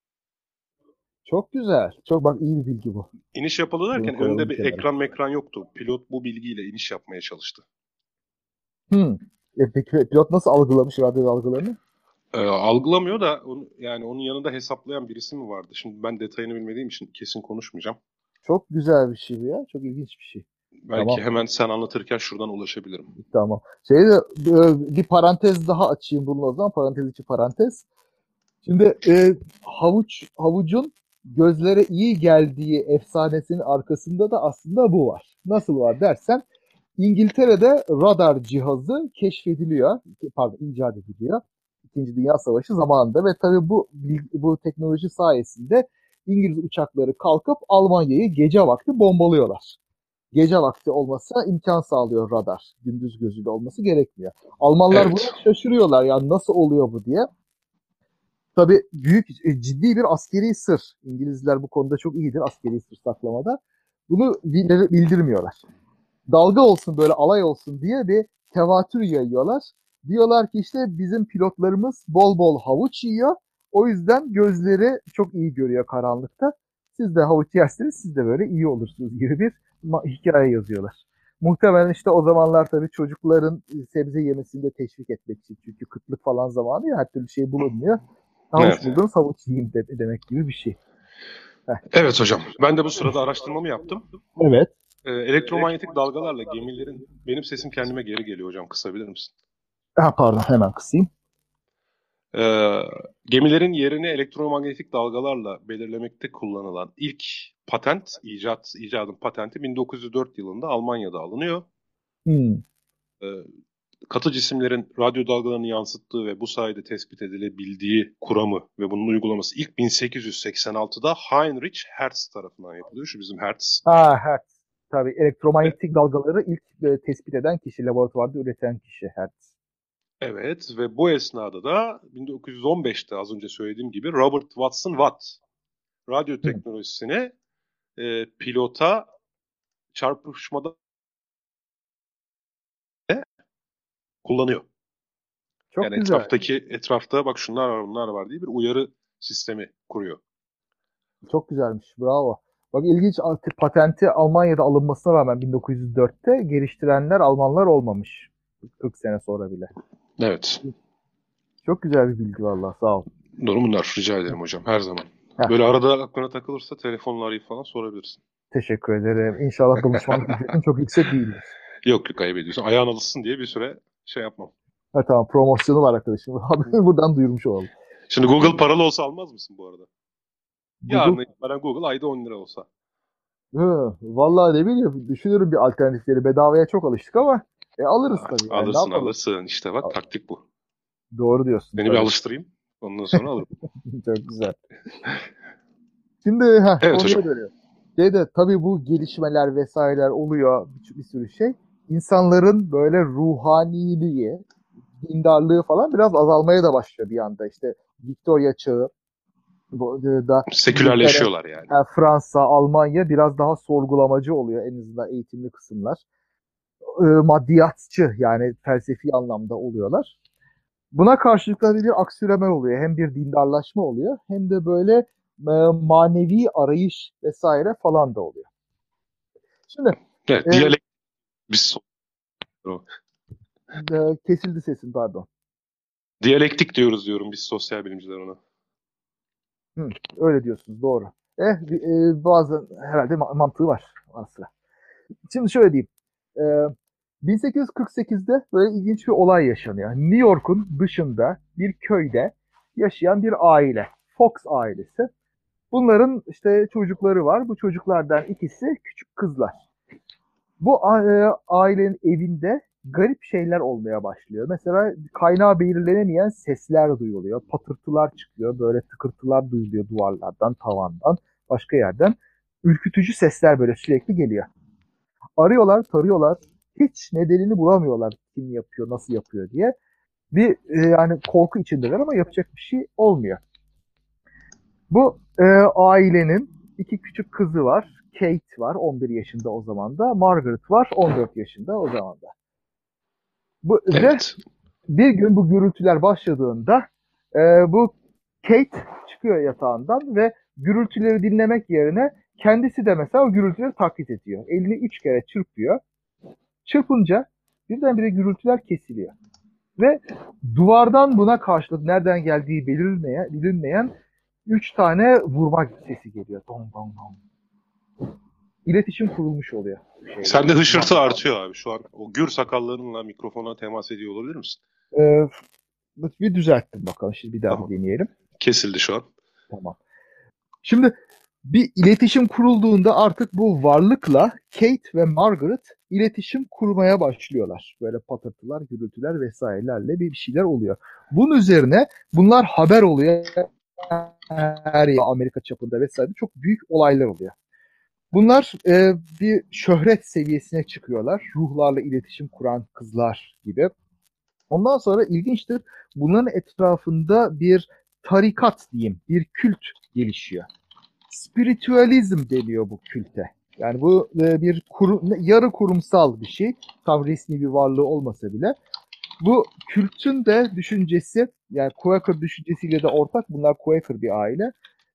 çok güzel. Çok bak iyi bir bilgi bu. İniş yapıldı Bunu derken önünde koyalım bir kenara. ekran yoktu. Pilot bu bilgiyle iniş yapmaya çalıştı. Hı. Peki pilot nasıl algılamış radyo dalgalarını? Algılamıyor da yani onun yanında hesaplayan birisi mi vardı? Şimdi ben detayını bilmediğim için kesin konuşmayacağım. Çok güzel bir şey bu ya. Çok ilginç bir şey. Belki Tamam. hemen sen anlatırken şuradan ulaşabilirim. Tamam. Bir parantez daha açayım bunun o zaman. Parantez içi parantez. Şimdi havucun gözlere iyi geldiği efsanesinin arkasında da aslında bu var. Nasıl var dersen İngiltere'de radar cihazı keşfediliyor. Pardon, icat ediliyor. İkinci Dünya Savaşı zamanında ve tabii bu teknoloji sayesinde İngiliz uçakları kalkıp Almanya'yı gece vakti bombalıyorlar. Gece vakti olmasa imkan sağlıyor radar. Gündüz gözüyle olması gerekmiyor. Almanlar buna Evet. şaşırıyorlar ya nasıl oluyor bu diye. Tabii ciddi bir askeri sır. İngilizler bu konuda çok iyidir askeri sır saklamada. Bunu bildirmiyorlar. Dalga olsun böyle alay olsun diye bir tevatür yayıyorlar. Diyorlar ki işte bizim pilotlarımız bol bol havuç yiyor. O yüzden gözleri çok iyi görüyor karanlıkta. Siz de havuç yerseniz siz de böyle iyi olursunuz gibi bir hikaye yazıyorlar. Muhtemelen işte o zamanlar tabii çocukların sebze yemesini de teşvik etmek için. Çünkü kıtlık falan zamanı ya her türlü şey bulunmuyor. Havuç Evet. buldunuz havuç yiyin demek gibi bir şey. Heh. Evet hocam. Ben de bu sırada araştırmamı yaptım. Evet. Elektromanyetik dalgalarla gemilerin... Benim sesim kendime geri geliyor hocam. Kısabilir misin? Pardon hemen kısayım. Gemilerin yerini elektromanyetik dalgalarla belirlemekte kullanılan ilk icadın patenti 1904 yılında Almanya'da alınıyor. Hmm. Ee, Katı cisimlerin radyo dalgalarını yansıttığı ve bu sayede tespit edilebildiği kuramı ve bunun uygulaması ilk 1886'da Heinrich Hertz tarafından yapılıyor. Şu bizim Hertz. Hertz. Tabii E, elektromanyetik dalgaları ilk tespit eden kişi, laboratuvarda üreten kişi Hertz. Evet ve bu esnada da 1915'te az önce söylediğim gibi Robert Watson Watt radyo Hı. teknolojisini pilota çarpışmada kullanıyor. Çok Yani güzel. etrafta bak şunlar var bunlar var diye bir uyarı sistemi kuruyor. Çok güzelmiş. Bravo. Bak ilginç patenti Almanya'da alınmasına rağmen 1904'te geliştirenler Almanlar olmamış. 40 sene sonra bile. Evet. Çok güzel bir bilgi vallahi sağ ol. Doğru bunlar. Rica ederim hocam. Her zaman. Heh, Böyle arada aklına takılırsa telefonla arayıp falan sorabilirsin. teşekkür ederim. İnşallah danışmanlık ücretin çok yüksek değildir. Yok ayıp ediyorsun. Ayağın alışsın diye bir süre şey yapmam. Tamam promosyonu var arkadaşım. Haberi buradan duyurmuş olalım. Şimdi Google paralı olsa almaz mısın bu arada? Yarın Google itibaren Google ayda 10 lira olsa. vallahi ne bileyim düşünürüm bir alternatifleri. Bedavaya çok alıştık ama alırız tabii yani ne Alırsın yapalım. alırsın. İşte bak taktik bu. Doğru diyorsun Seni bir tabii. alıştırayım. Ondan sonra alırım. Çok güzel. Şimdi Evet hocam. konuya dönüyor. Tabii bu gelişmeler vesaireler oluyor bir sürü şey. İnsanların böyle ruhaniliği, dindarlığı falan biraz azalmaya da başlıyor bir anda. İşte Victoria çağı, da İngiltere, Sekülerleşiyorlar yani. Fransa, Almanya biraz daha sorgulamacı oluyor en azından eğitimli kısımlar. Maddiyatçı yani felsefi anlamda oluyorlar. Buna karşılık tabii bir aksiyonel oluyor. Hem bir dindarlaşma oluyor hem de böyle manevi arayış vesaire falan da oluyor. Şimdi Evet, e, biz kesildi sesin pardon. diyalektik diyorum biz sosyal bilimciler ona. Öyle diyorsunuz doğru. Bazen herhalde mantığı var aslında. Şimdi şöyle diyeyim. E, 1848'de böyle ilginç bir olay yaşanıyor. New York'un dışında bir köyde yaşayan bir aile. Fox ailesi. Bunların işte çocukları var. Bu çocuklardan ikisi küçük kızlar. Bu ailenin evinde garip şeyler olmaya başlıyor. Mesela kaynağı belirlenemeyen sesler duyuluyor. Patırtılar çıkıyor. Böyle tıkırtılar duyuluyor duvarlardan, tavandan, başka yerden. Ürkütücü sesler böyle sürekli geliyor. Arıyorlar, tarıyorlar. hiç nedenini bulamıyorlar kim yapıyor, nasıl yapıyor diye. Bir yani korku içindeler ama yapacak bir şey olmuyor. Bu ailenin iki küçük kızı var. Kate var 11 yaşında o zaman da. Margaret var 14 yaşında o zaman da. Ve Evet. bir gün bu gürültüler başladığında e, bu Kate çıkıyor yatağından ve gürültüleri dinlemek yerine kendisi de mesela o gürültüleri taklit ediyor. Elini 3 kere çırpıyor. Çırpınca birdenbire gürültüler kesiliyor. Ve duvardan buna karşılık nereden geldiği bilinmeyen 3 tane vurma sesi geliyor. Dong dong dong. İletişim kurulmuş oluyor bu şeyle. Sende hışırtı Duvarlarla. artıyor abi. Şu an o gür sakallarınla mikrofona temas ediyor olabilir misin? Ee, bir düzelttim bakalım. Şimdi bir daha bir Tamam. deneyelim. Kesildi şu an. Tamam. Şimdi bir iletişim kurulduğunda artık bu varlıkla Kate ve Margaret iletişim kurmaya başlıyorlar. Böyle patırtılar, gürültüler vesairelerle bir şeyler oluyor. Bunun üzerine bunlar haber oluyor. Her yer Amerika çapında vesaire çok büyük olaylar oluyor. Bunlar bir şöhret seviyesine çıkıyorlar. Ruhlarla iletişim kuran kızlar gibi. Ondan sonra ilginçtir. Bunların etrafında bir tarikat diyeyim, bir kült gelişiyor. Spiritüalizm deniyor bu külte. Yani bu bir yarı kurumsal bir şey. Tam resmi bir varlığı olmasa bile. Bu kültün de düşüncesi, yani Quaker düşüncesiyle de ortak. Bunlar Quaker bir aile.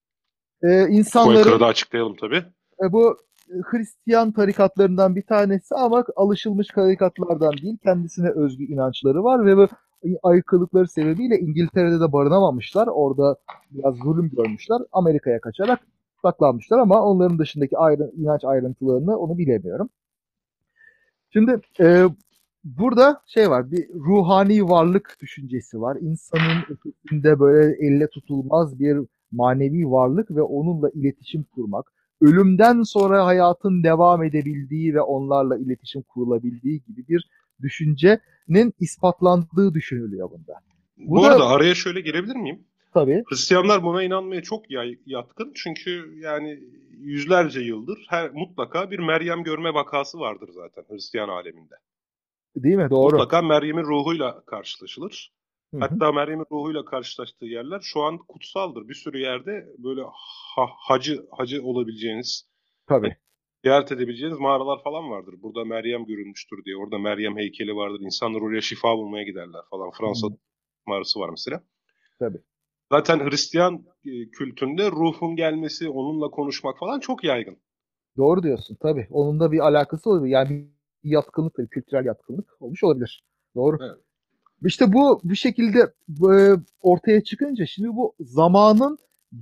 Quaker'ı İnsanların da açıklayalım tabii. bu Hristiyan tarikatlarından bir tanesi ama alışılmış tarikatlardan değil. Kendisine özgü inançları var ve bu aykırılıkları sebebiyle İngiltere'de de barınamamışlar. Orada biraz zulüm görmüşler. Amerika'ya kaçarak saklanmışlar ama onların dışındaki inanç ayrıntılarını onu bilemiyorum. Şimdi burada şey var, bir ruhani varlık düşüncesi var. İnsanın ötesinde böyle elle tutulmaz bir manevi varlık ve onunla iletişim kurmak. Ölümden sonra hayatın devam edebildiği ve onlarla iletişim kurulabildiği gibi bir düşüncenin ispatlandığı düşünülüyor bunda. Bu Bu da arada araya şöyle girebilir miyim? tabii, Hristiyanlar buna inanmaya çok yatkın. Çünkü yani yüzlerce yıldır mutlaka bir Meryem görme vakası vardır zaten Hristiyan aleminde. değil mi? Doğru. Mutlaka Meryem'in ruhuyla karşılaşılır. Hı hı. Hatta Meryem'in ruhuyla karşılaştığı yerler şu an kutsaldır. Bir sürü yerde böyle hacı olabileceğiniz, hani Tabii. ziyaret edebileceğiniz mağaralar falan vardır. Burada Meryem görülmüştür diye. Orada Meryem heykeli vardır. İnsanlar oraya şifa bulmaya giderler falan. Hı Fransa hı. mağarası var mesela. Tabii. Zaten Hristiyan kültünde ruhun gelmesi, onunla konuşmak falan çok yaygın. Doğru diyorsun. Tabii. Onun da bir alakası olabilir. Yani bir yatkınlık, bir kültürel yatkınlık olmuş olabilir. Doğru. Evet. İşte bu şekilde ortaya çıkınca şimdi bu zamanın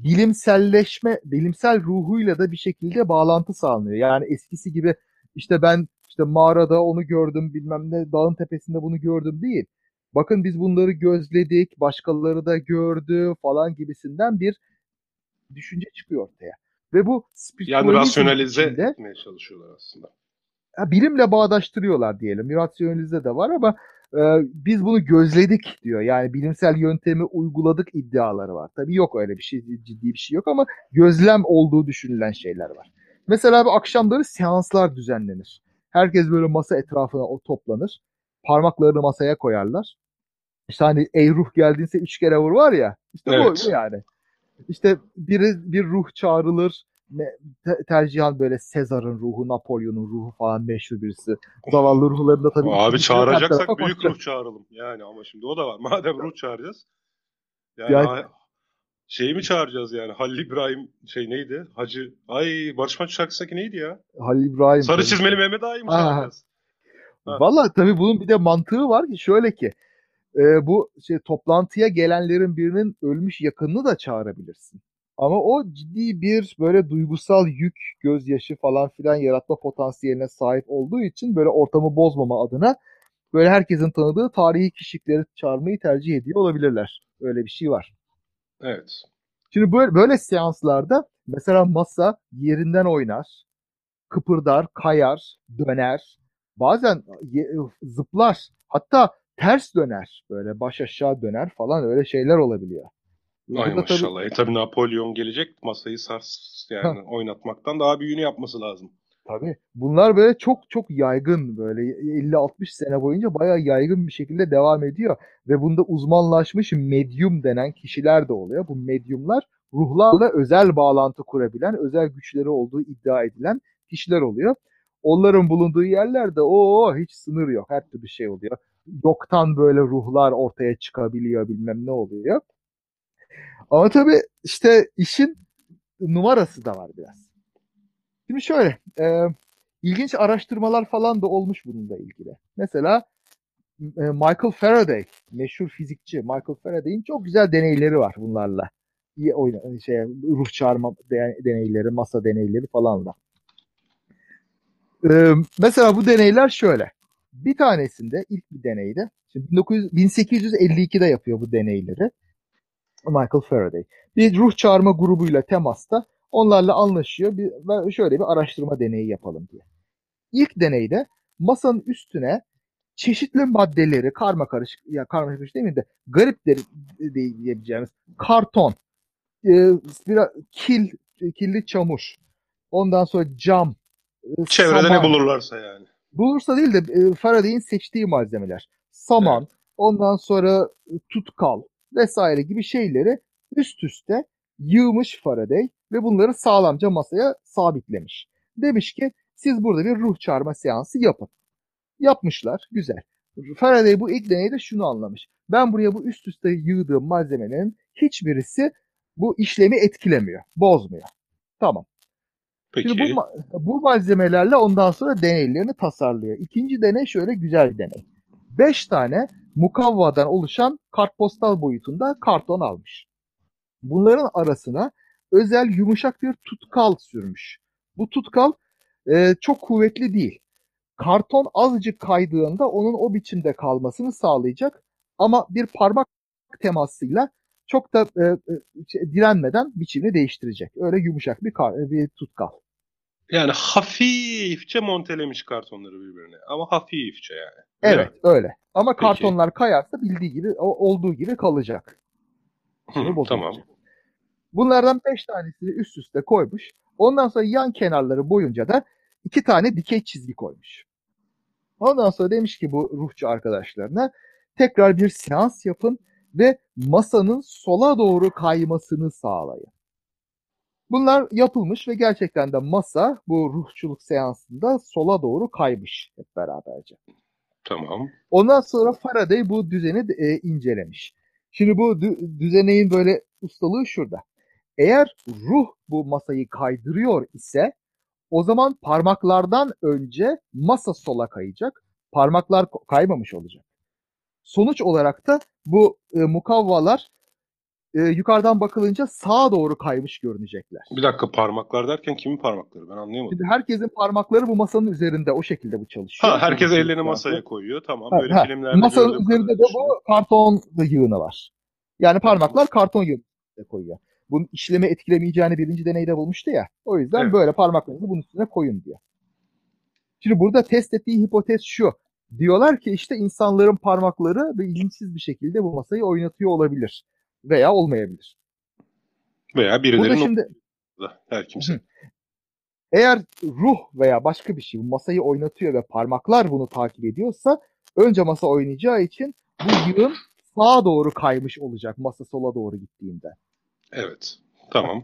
bilimsel ruhuyla da bir şekilde bağlantı sağlanıyor. Yani eskisi gibi işte ben işte mağarada onu gördüm, bilmem ne dağın tepesinde bunu gördüm değil. Bakın biz bunları gözledik, başkaları da gördü falan gibisinden bir düşünce çıkıyor ortaya. Ve bu Yani spiritüalizm rasyonalize içinde etmeye çalışıyorlar aslında. bilimle bağdaştırıyorlar diyelim. Rasyonelize de var ama biz bunu gözledik diyor. Yani bilimsel yöntemi uyguladık iddiaları var. Tabii yok öyle bir şey, ciddi bir şey yok ama gözlem olduğu düşünülen şeyler var. Mesela bu akşamları seanslar düzenlenir. Herkes böyle masa etrafına toplanır. Parmaklarını masaya koyarlar. İşte hani ey ruh geldiyse 3 kere vur var ya. İşte bu Evet. yani. İşte bir ruh çağrılır. Tercihan böyle Sezar'ın ruhu, Napolyon'un ruhu falan meşhur birisi. Zavallı ruhların da tabii Abi içini bitirir, her tarafa çağıracaksak büyük ruh koşacak. çağıralım. Yani ama şimdi o da var. Madem ruh çağıracağız. Yani Yani şeyi mi çağıracağız yani? Halil İbrahim şey neydi? Hacı. Ay Barış Manço şarkısındaki neydi ya? Halil İbrahim Sarı tabii çizmeli ki. Mehmet Ağa'yı mı Ha, çağıracağız? Ha. valla tabii bunun bir de mantığı var ki şöyle ki bu toplantıya gelenlerin birinin ölmüş yakınını da çağırabilirsin. Ama o ciddi bir böyle duygusal yük, gözyaşı falan filan yaratma potansiyeline sahip olduğu için böyle ortamı bozmama adına böyle herkesin tanıdığı tarihi kişilikleri çağırmayı tercih ediyor olabilirler. Öyle bir şey var. Evet. Şimdi böyle seanslarda mesela masa yerinden oynar, kıpırdar, kayar, döner. Bazen zıplar. Hatta ters döner. Böyle baş aşağı döner falan öyle şeyler olabiliyor. Ay Bu da tabii maşallah. Tabii Napolyon gelecek masayı yani oynatmaktan daha büyüğünü yapması lazım. Tabii. Bunlar böyle çok çok yaygın, böyle 50-60 sene boyunca bayağı yaygın bir şekilde devam ediyor. Ve bunda uzmanlaşmış medyum denen kişiler de oluyor. Bu medyumlar ruhlarla özel bağlantı kurabilen, özel güçleri olduğu iddia edilen kişiler oluyor. Onların bulunduğu yerlerde hiç sınır yok. Her türlü şey oluyor. Yoktan böyle ruhlar ortaya çıkabiliyor, bilmem ne oluyor. Ama tabii işte işin numarası da var biraz. Şimdi şöyle, ilginç araştırmalar falan da olmuş bununla ilgili. Mesela Michael Faraday, meşhur fizikçi Michael Faraday'in çok güzel deneyleri var bunlarla. İyi ruh çağırma deneyleri, masa deneyleri falan da. Mesela bu deneyler şöyle. Bir tanesinde, ilk bir deneyde, şimdi 1852'de yapıyor bu deneyleri Michael Faraday. Bir ruh çağırma grubuyla temasta, onlarla anlaşıyor ve şöyle bir araştırma deneyi yapalım diye. İlk deneyde masanın üstüne çeşitli maddeleri karma karışık değil mi de garip diyebileceğimiz karton, biraz kirli çamur, ondan sonra cam, Çevrede ne saman, bulurlarsa yani. bulursa değil de Faraday'in seçtiği malzemeler, Evet. saman, ondan sonra tutkal vesaire gibi şeyleri üst üste yığmış Faraday ve bunları sağlamca masaya sabitlemiş. Demiş ki siz burada bir ruh çağırma seansı yapın. Yapmışlar. Güzel. Faraday bu ilk deneyde şunu anlamış. Ben buraya bu üst üste yığdığım malzemenin hiçbirisi bu işlemi etkilemiyor. Bozmuyor. Tamam. Şimdi Peki. bu malzemelerle ondan sonra deneylerini tasarlıyor. İkinci deney şöyle güzel bir deney. 5 tane mukavvadan oluşan kartpostal boyutunda karton almış. Bunların arasına özel yumuşak bir tutkal sürmüş. Bu tutkal çok kuvvetli değil. Karton azıcık kaydığında onun o biçimde kalmasını sağlayacak ama bir parmak temasıyla çok da direnmeden biçimini değiştirecek. Öyle yumuşak bir tutkal. Yani hafifçe montelemiş kartonları birbirine. Ama hafifçe yani. Öyle mi? Evet, öyle. Ama Peki. kartonlar kayarsa bildiği gibi olduğu gibi kalacak. Biçimi Tamam. bozulmayacak. Bunlardan 5 tanesini üst üste koymuş. Ondan sonra yan kenarları boyunca da 2 tane dikey çizgi koymuş. Ondan sonra demiş ki bu ruhçu arkadaşlarına tekrar bir seans yapın ve masanın sola doğru kaymasını sağlayın. Bunlar yapılmış ve gerçekten de masa bu ruhçuluk seansında sola doğru kaymış hep beraberce. Tamam. Ondan sonra Faraday bu düzeni incelemiş. Şimdi bu düzeneğin böyle ustalığı şurada. Eğer ruh bu masayı kaydırıyor ise o zaman parmaklardan önce masa sola kayacak. Parmaklar kaymamış olacak. Sonuç olarak da bu mukavvalar yukarıdan bakılınca sağa doğru kaymış görünecekler. Bir dakika, parmaklar derken kimin parmakları? Ben anlayamadım. Şimdi herkesin parmakları bu masanın üzerinde, o şekilde bu Ha, çalışıyor. Bu herkes ruhçuluk ellerini seansı. masaya koyuyor. Tamam. Ha, Böyle ha. filmlerde Masanın gördüğüm üzerinde kadarıyla de bu düşünüyorum. karton yığını var. Yani Tamam. parmaklar karton yığını koyuyor. Bunun işlemi etkilemeyeceğini birinci deneyde bulmuştu ya. O yüzden Evet. böyle parmaklarınızı bunun üstüne koyun diyor. Şimdi burada test ettiği hipotez şu. Diyorlar ki işte insanların parmakları bilinçsiz bir şekilde bu masayı oynatıyor olabilir. Veya olmayabilir. Veya Burada birileri şimdi noktada. Her kimse. eğer ruh veya başka bir şey bu masayı oynatıyor ve parmaklar bunu takip ediyorsa önce masa oynayacağı için bu yığın sağa doğru kaymış olacak masa sola doğru gittiğinde. Evet. Tamam.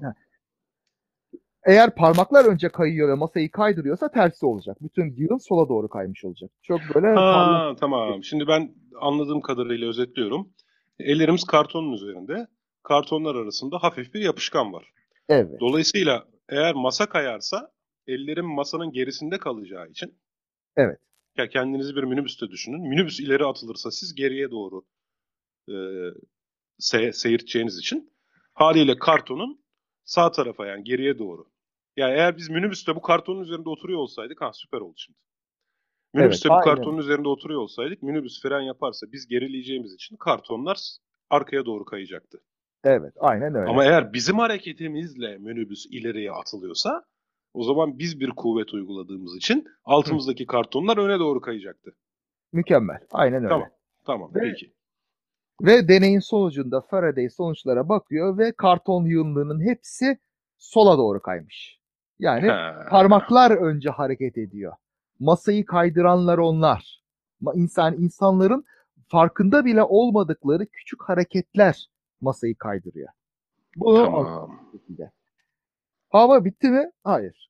Eğer parmaklar önce kayıyor ve masayı kaydırıyorsa tersi olacak. Bütün yığın sola doğru kaymış olacak. Çok böyle parlak. Ha, tamam. Şimdi ben anladığım kadarıyla özetliyorum. Ellerimiz kartonun üzerinde. Kartonlar arasında hafif bir yapışkan var. Evet. Dolayısıyla eğer masa kayarsa ellerim masanın gerisinde kalacağı için, Evet. ya kendinizi bir minibüste düşünün. Minibüs ileri atılırsa siz geriye doğru e, seyirteceğiniz için haliyle kartonun sağ tarafa, yani geriye doğru. Yani eğer biz minibüste bu kartonun üzerinde oturuyor olsaydık, ha, süper oldu şimdi. Evet. Minibüste bu Aynen. kartonun üzerinde oturuyor olsaydık, minibüs fren yaparsa biz gerileyeceğimiz için kartonlar arkaya doğru kayacaktı. Evet. Aynen öyle. Ama eğer bizim hareketimizle minibüs ileriye atılıyorsa, o zaman biz bir kuvvet uyguladığımız için Hı. altımızdaki kartonlar öne doğru kayacaktı. Mükemmel. Aynen öyle. Tamam. Tamam. Ve Peki. deneyin sonucunda Faraday sonuçlara bakıyor ve karton yığınlarının hepsi sola doğru kaymış. Yani Ha, parmaklar önce hareket ediyor. Masayı kaydıranlar onlar. İnsanların farkında bile olmadıkları küçük hareketler masayı kaydırıyor. Bunu tamam. anlatıyor şekilde. Hava bitti mi? Hayır.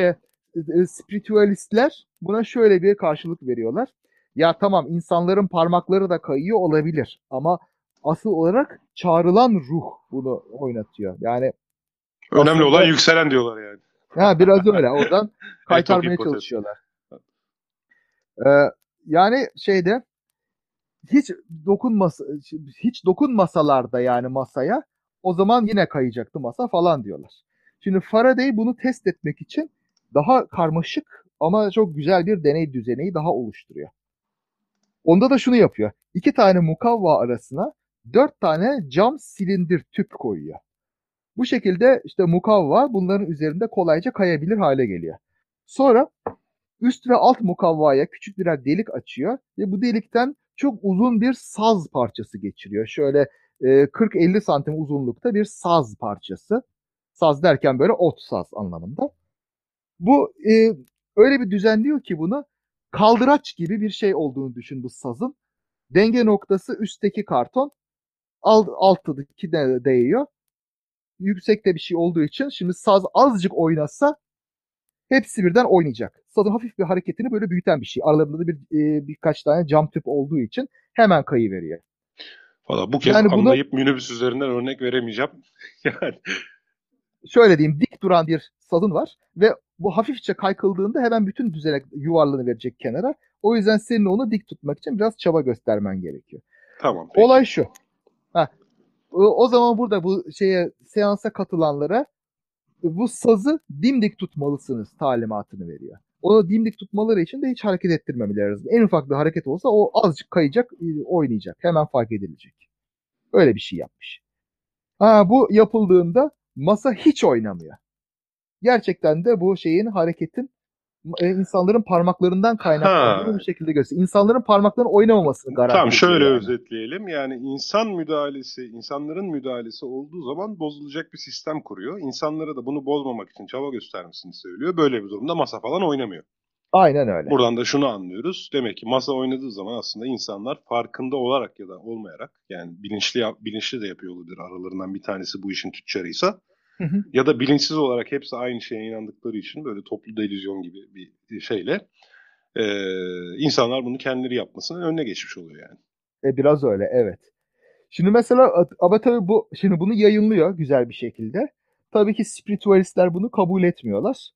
Spiritüalistler buna şöyle bir karşılık veriyorlar. Ya tamam, insanların parmakları da kayıyor olabilir ama asıl olarak çağrılan ruh bunu oynatıyor. Yani Önemli olan aslında yükselen diyorlar yani. biraz öyle. Oradan Etop kaytarmaya hipotez. çalışıyorlar. Ee, Yani hiç dokunmasa hiç dokunmasalar da yani masaya, o zaman yine kayacaktı masa falan diyorlar. Şimdi Faraday bunu test etmek için daha karmaşık ama çok güzel bir deney düzeneyi daha oluşturuyor. Onda da şunu yapıyor. 2 tane mukavva arasına 4 tane cam silindir tüp koyuyor. Bu şekilde işte mukavva bunların üzerinde kolayca kayabilir hale geliyor. Sonra üst ve alt mukavvaya küçük birer delik açıyor ve bu delikten çok uzun bir saz parçası geçiriyor. Şöyle 40-50 santim uzunlukta bir saz parçası. Saz derken böyle ot saz anlamında. Bu öyle bir düzenliyor ki bunu kaldıraç gibi bir şey olduğunu düşün bu sazın. Denge noktası üstteki karton, alttaki de değiyor. Yüksekte bir şey olduğu için şimdi saz azıcık oynasa hepsi birden oynayacak. Sadın hafif bir hareketini böyle büyüten bir şey. Aralarında da birkaç tane cam tüp olduğu için hemen kayıveriyor. Valla bu kez Yani bunu anlayıp minibüs üzerinden örnek veremeyeceğim. Yani şöyle diyeyim, dik duran bir sadın var ve bu hafifçe kaykıldığında hemen bütün düzenek yuvarlığını verecek kenara. O yüzden senin onu dik tutmak için biraz çaba göstermen gerekiyor. tamam Olay peki. şu. Ha, o zaman burada bu seansa katılanlara bu sazı dimdik tutmalısınız talimatını veriyor. Onu dimdik tutmaları için de hiç hareket ettirmemeleri lazım. En ufak bir hareket olsa o azıcık kayacak, oynayacak. Hemen fark edilecek. Öyle bir şey yapmış. Bu yapıldığında masa hiç oynamıyor. Gerçekten de bu hareketin insanların parmaklarından kaynaklandığını bu Ha, şekilde gösteriyor. İnsanların parmaklarının oynamamasını tamam garanti ediyor şöyle yani. özetleyelim. Yani insan müdahalesi, insanların müdahalesi olduğu zaman bozulacak bir sistem kuruyor. İnsanlara da bunu bozmamak için çaba göstermesini söylüyor. Böyle bir durumda masa falan oynamıyor. Aynen öyle. Buradan da şunu anlıyoruz. Demek ki masa oynadığı zaman aslında insanlar farkında olarak ya da olmayarak, yani bilinçli de yapıyor olabilir, aralarından bir tanesi bu işin tüccarıysa, ya da bilinçsiz olarak hepsi aynı şeye inandıkları için böyle toplu delüzyon gibi bir şeyle insanlar bunu kendileri yapmasının önüne geçmiş oluyor yani. Biraz öyle, evet. Şimdi mesela ama tabii şimdi bunu yayınlıyor güzel bir şekilde. Tabii ki spiritualistler bunu kabul etmiyorlar.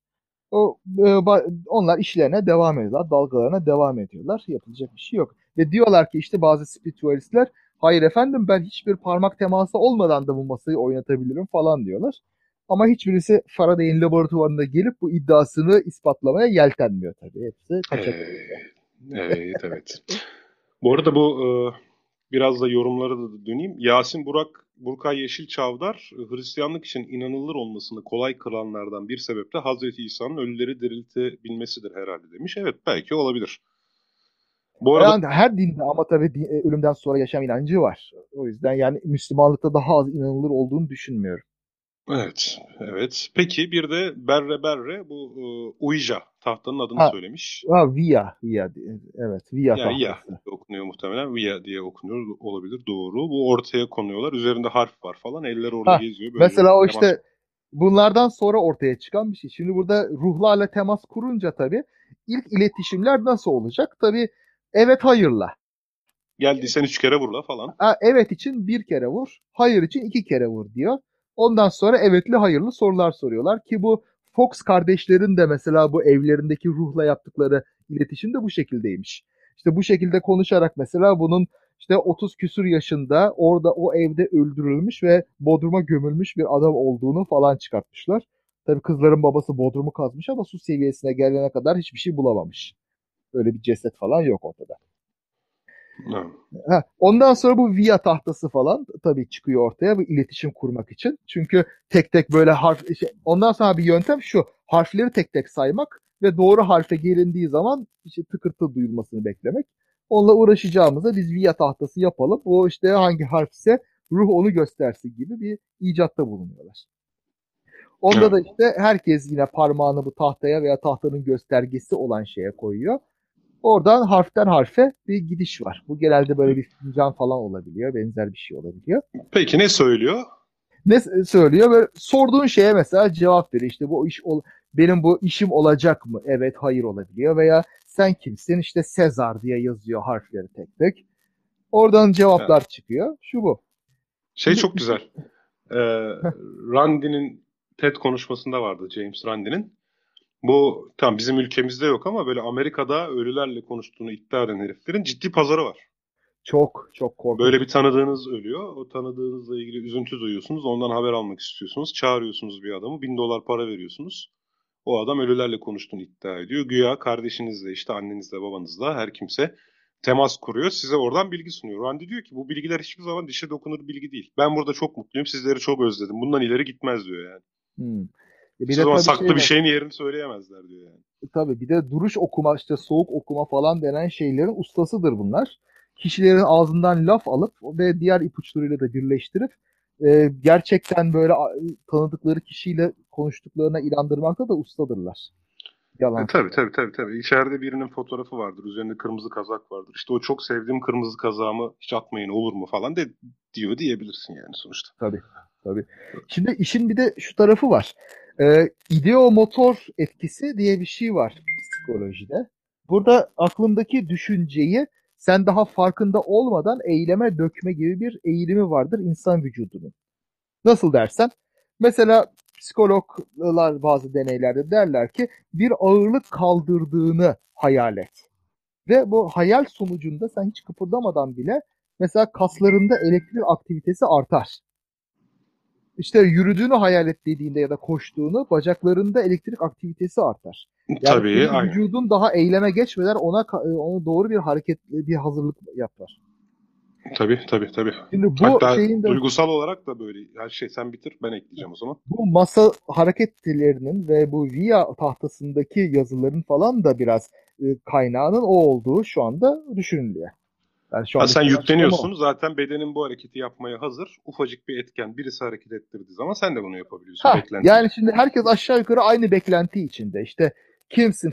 Onlar işlerine devam ediyorlar, dalgalarına devam ediyorlar. Yapılacak bir şey yok. Ve diyorlar ki işte bazı spiritualistler, hayır efendim ben hiçbir parmak teması olmadan da bu masayı oynatabilirim falan diyorlar. Ama hiçbirisi Faraday'in laboratuvarında gelip bu iddiasını ispatlamaya yeltenmiyor tabii. Hepsi kaçak oluyor. Evet, evet. Bu arada biraz da yorumlara da döneyim. Burkay Yeşilçavdar, Hristiyanlık için inanılır olmasını kolay kılanlardan bir sebep de Hazreti İsa'nın ölüleri diriltebilmesidir herhalde demiş. Evet, belki olabilir. Bu arada Yani her dinde ama tabii ölümden sonra yaşam inancı var. O yüzden yani Müslümanlıkta daha az inanılır olduğunu düşünmüyorum. evet, evet. Peki bir de Berre Berre bu Ouija tahtanın adını Ha, söylemiş. Via, evet, Via Ya Ya tahtası. diye okunuyor muhtemelen. Via diye okunuyor olabilir. Doğru. Bu ortaya konuyorlar. Üzerinde harf var falan. Eller orada Ha, geziyor. Böylece mesela o temas. işte bunlardan sonra ortaya çıkan bir şey. Şimdi burada ruhlarla temas kurunca tabii ilk iletişimler nasıl olacak? Tabii evet hayırla. Geldiysen 3 kere vurla falan. Evet için 1 kere vur, hayır için 2 kere vur diyor. Ondan sonra evetli hayırlı sorular soruyorlar ki bu Fox kardeşlerin de mesela bu evlerindeki ruhla yaptıkları iletişim de bu şekildeymiş. İşte bu şekilde konuşarak mesela bunun işte 30 küsur yaşında orada o evde öldürülmüş ve Bodrum'a gömülmüş bir adam olduğunu falan çıkartmışlar. Tabii kızların babası Bodrum'u kazmış ama su seviyesine gelene kadar hiçbir şey bulamamış. Öyle bir ceset falan yok ortada. Ha. Ondan sonra bu via tahtası falan tabii çıkıyor ortaya bu iletişim kurmak için. Çünkü tek tek böyle ondan sonra bir yöntem şu. Harfleri tek tek saymak ve doğru harfe gelindiği zaman işte tıkırtı duyulmasını beklemek. Onunla uğraşacağımıza biz via tahtası yapalım. O işte hangi harf ise ruh onu göstersin gibi bir icatta bulunuyorlar. Onda Evet. da işte herkes yine parmağını bu tahtaya veya tahtanın göstergesi olan şeye koyuyor. Oradan harften harfe bir gidiş var. Bu genelde böyle bir fincan falan olabiliyor. Benzer bir şey olabiliyor. Peki ne söylüyor? Ne söylüyor? Böyle sorduğun şeye mesela cevap veriyor. İşte benim bu işim olacak mı? Evet, hayır olabiliyor. Veya sen kimsin? İşte Sezar diye yazıyor harfleri tek tek. Oradan Evet. cevaplar çıkıyor. Şu bu. Şey Şimdi çok güzel. Ee, Randi'nin TED konuşmasında vardı, James Randi'nin. Bu tam bizim ülkemizde yok ama böyle Amerika'da ölülerle konuştuğunu iddia eden heriflerin ciddi pazarı var. çok çok Böyle korkunç. bir tanıdığınız ölüyor. O tanıdığınızla ilgili üzüntü duyuyorsunuz. Ondan haber almak istiyorsunuz. Çağırıyorsunuz bir adamı. $1000 para veriyorsunuz. O adam ölülerle konuştuğunu iddia ediyor. Güya kardeşinizle, işte annenizle, babanızla, her kimse temas kuruyor. Size oradan bilgi sunuyor. Randy diyor ki bu bilgiler hiçbir zaman dişe dokunur bilgi değil. Ben burada çok mutluyum. Sizleri çok özledim. Bundan ileri gitmez diyor yani. Hmm. Bir Hiçbir de zaman tabii saklı şey bir var. şeyin yerini söyleyemezler diyor yani. Tabii bir de duruş okuma, işte soğuk okuma falan denen şeylerin ustasıdır bunlar. Kişilerin ağzından laf alıp ve diğer ipuçlarıyla da birleştirip gerçekten böyle tanıdıkları kişiyle konuştuklarına inandırmakta da ustadırlar. Yalan Tabii söylüyorum. tabii tabii tabii. İçeride birinin fotoğrafı vardır. Üzerinde kırmızı kazak vardır. İşte o çok sevdiğim kırmızı kazağımı hiç atmayın olur mu falan diyor diyebilirsin yani sonuçta. Tabii, tabii. Şimdi işin bir de şu tarafı var. İdeomotor etkisi diye bir şey var psikolojide. Burada aklındaki düşünceyi sen daha farkında olmadan eyleme dökme gibi bir eğilimi vardır insan vücudunun. Nasıl dersen, mesela psikologlar bazı deneylerde derler ki bir ağırlık kaldırdığını hayal et. Ve bu hayal sonucunda sen hiç kıpırdamadan bile mesela kaslarında elektrik aktivitesi artar. İşte yürüdüğünü hayal et dediğinde ya da koştuğunu bacaklarında elektrik aktivitesi artar. Yani Tabii senin aynen. vücudun daha eyleme geçmeden ona doğru bir hareket, bir hazırlık yapar. Tabii tabii tabii. Şimdi bu Hatta şeyin de duygusal olarak da böyle. Her şey sen bitir ben ekleyeceğim o zaman. bu masa hareketlerinin ve bu VIA tahtasındaki yazıların falan da biraz kaynağının o olduğu şu anda düşünülüyor. Yani şu Ha, anda sen çıkan açıklama o. yükleniyorsun. Zaten bedenin bu hareketi yapmaya hazır. Ufacık bir etken birisi hareket ettirdiği zaman sen de bunu yapabiliyorsun Ha, yani beklentiyle. şimdi herkes aşağı yukarı aynı beklenti içinde. İşte kimsin?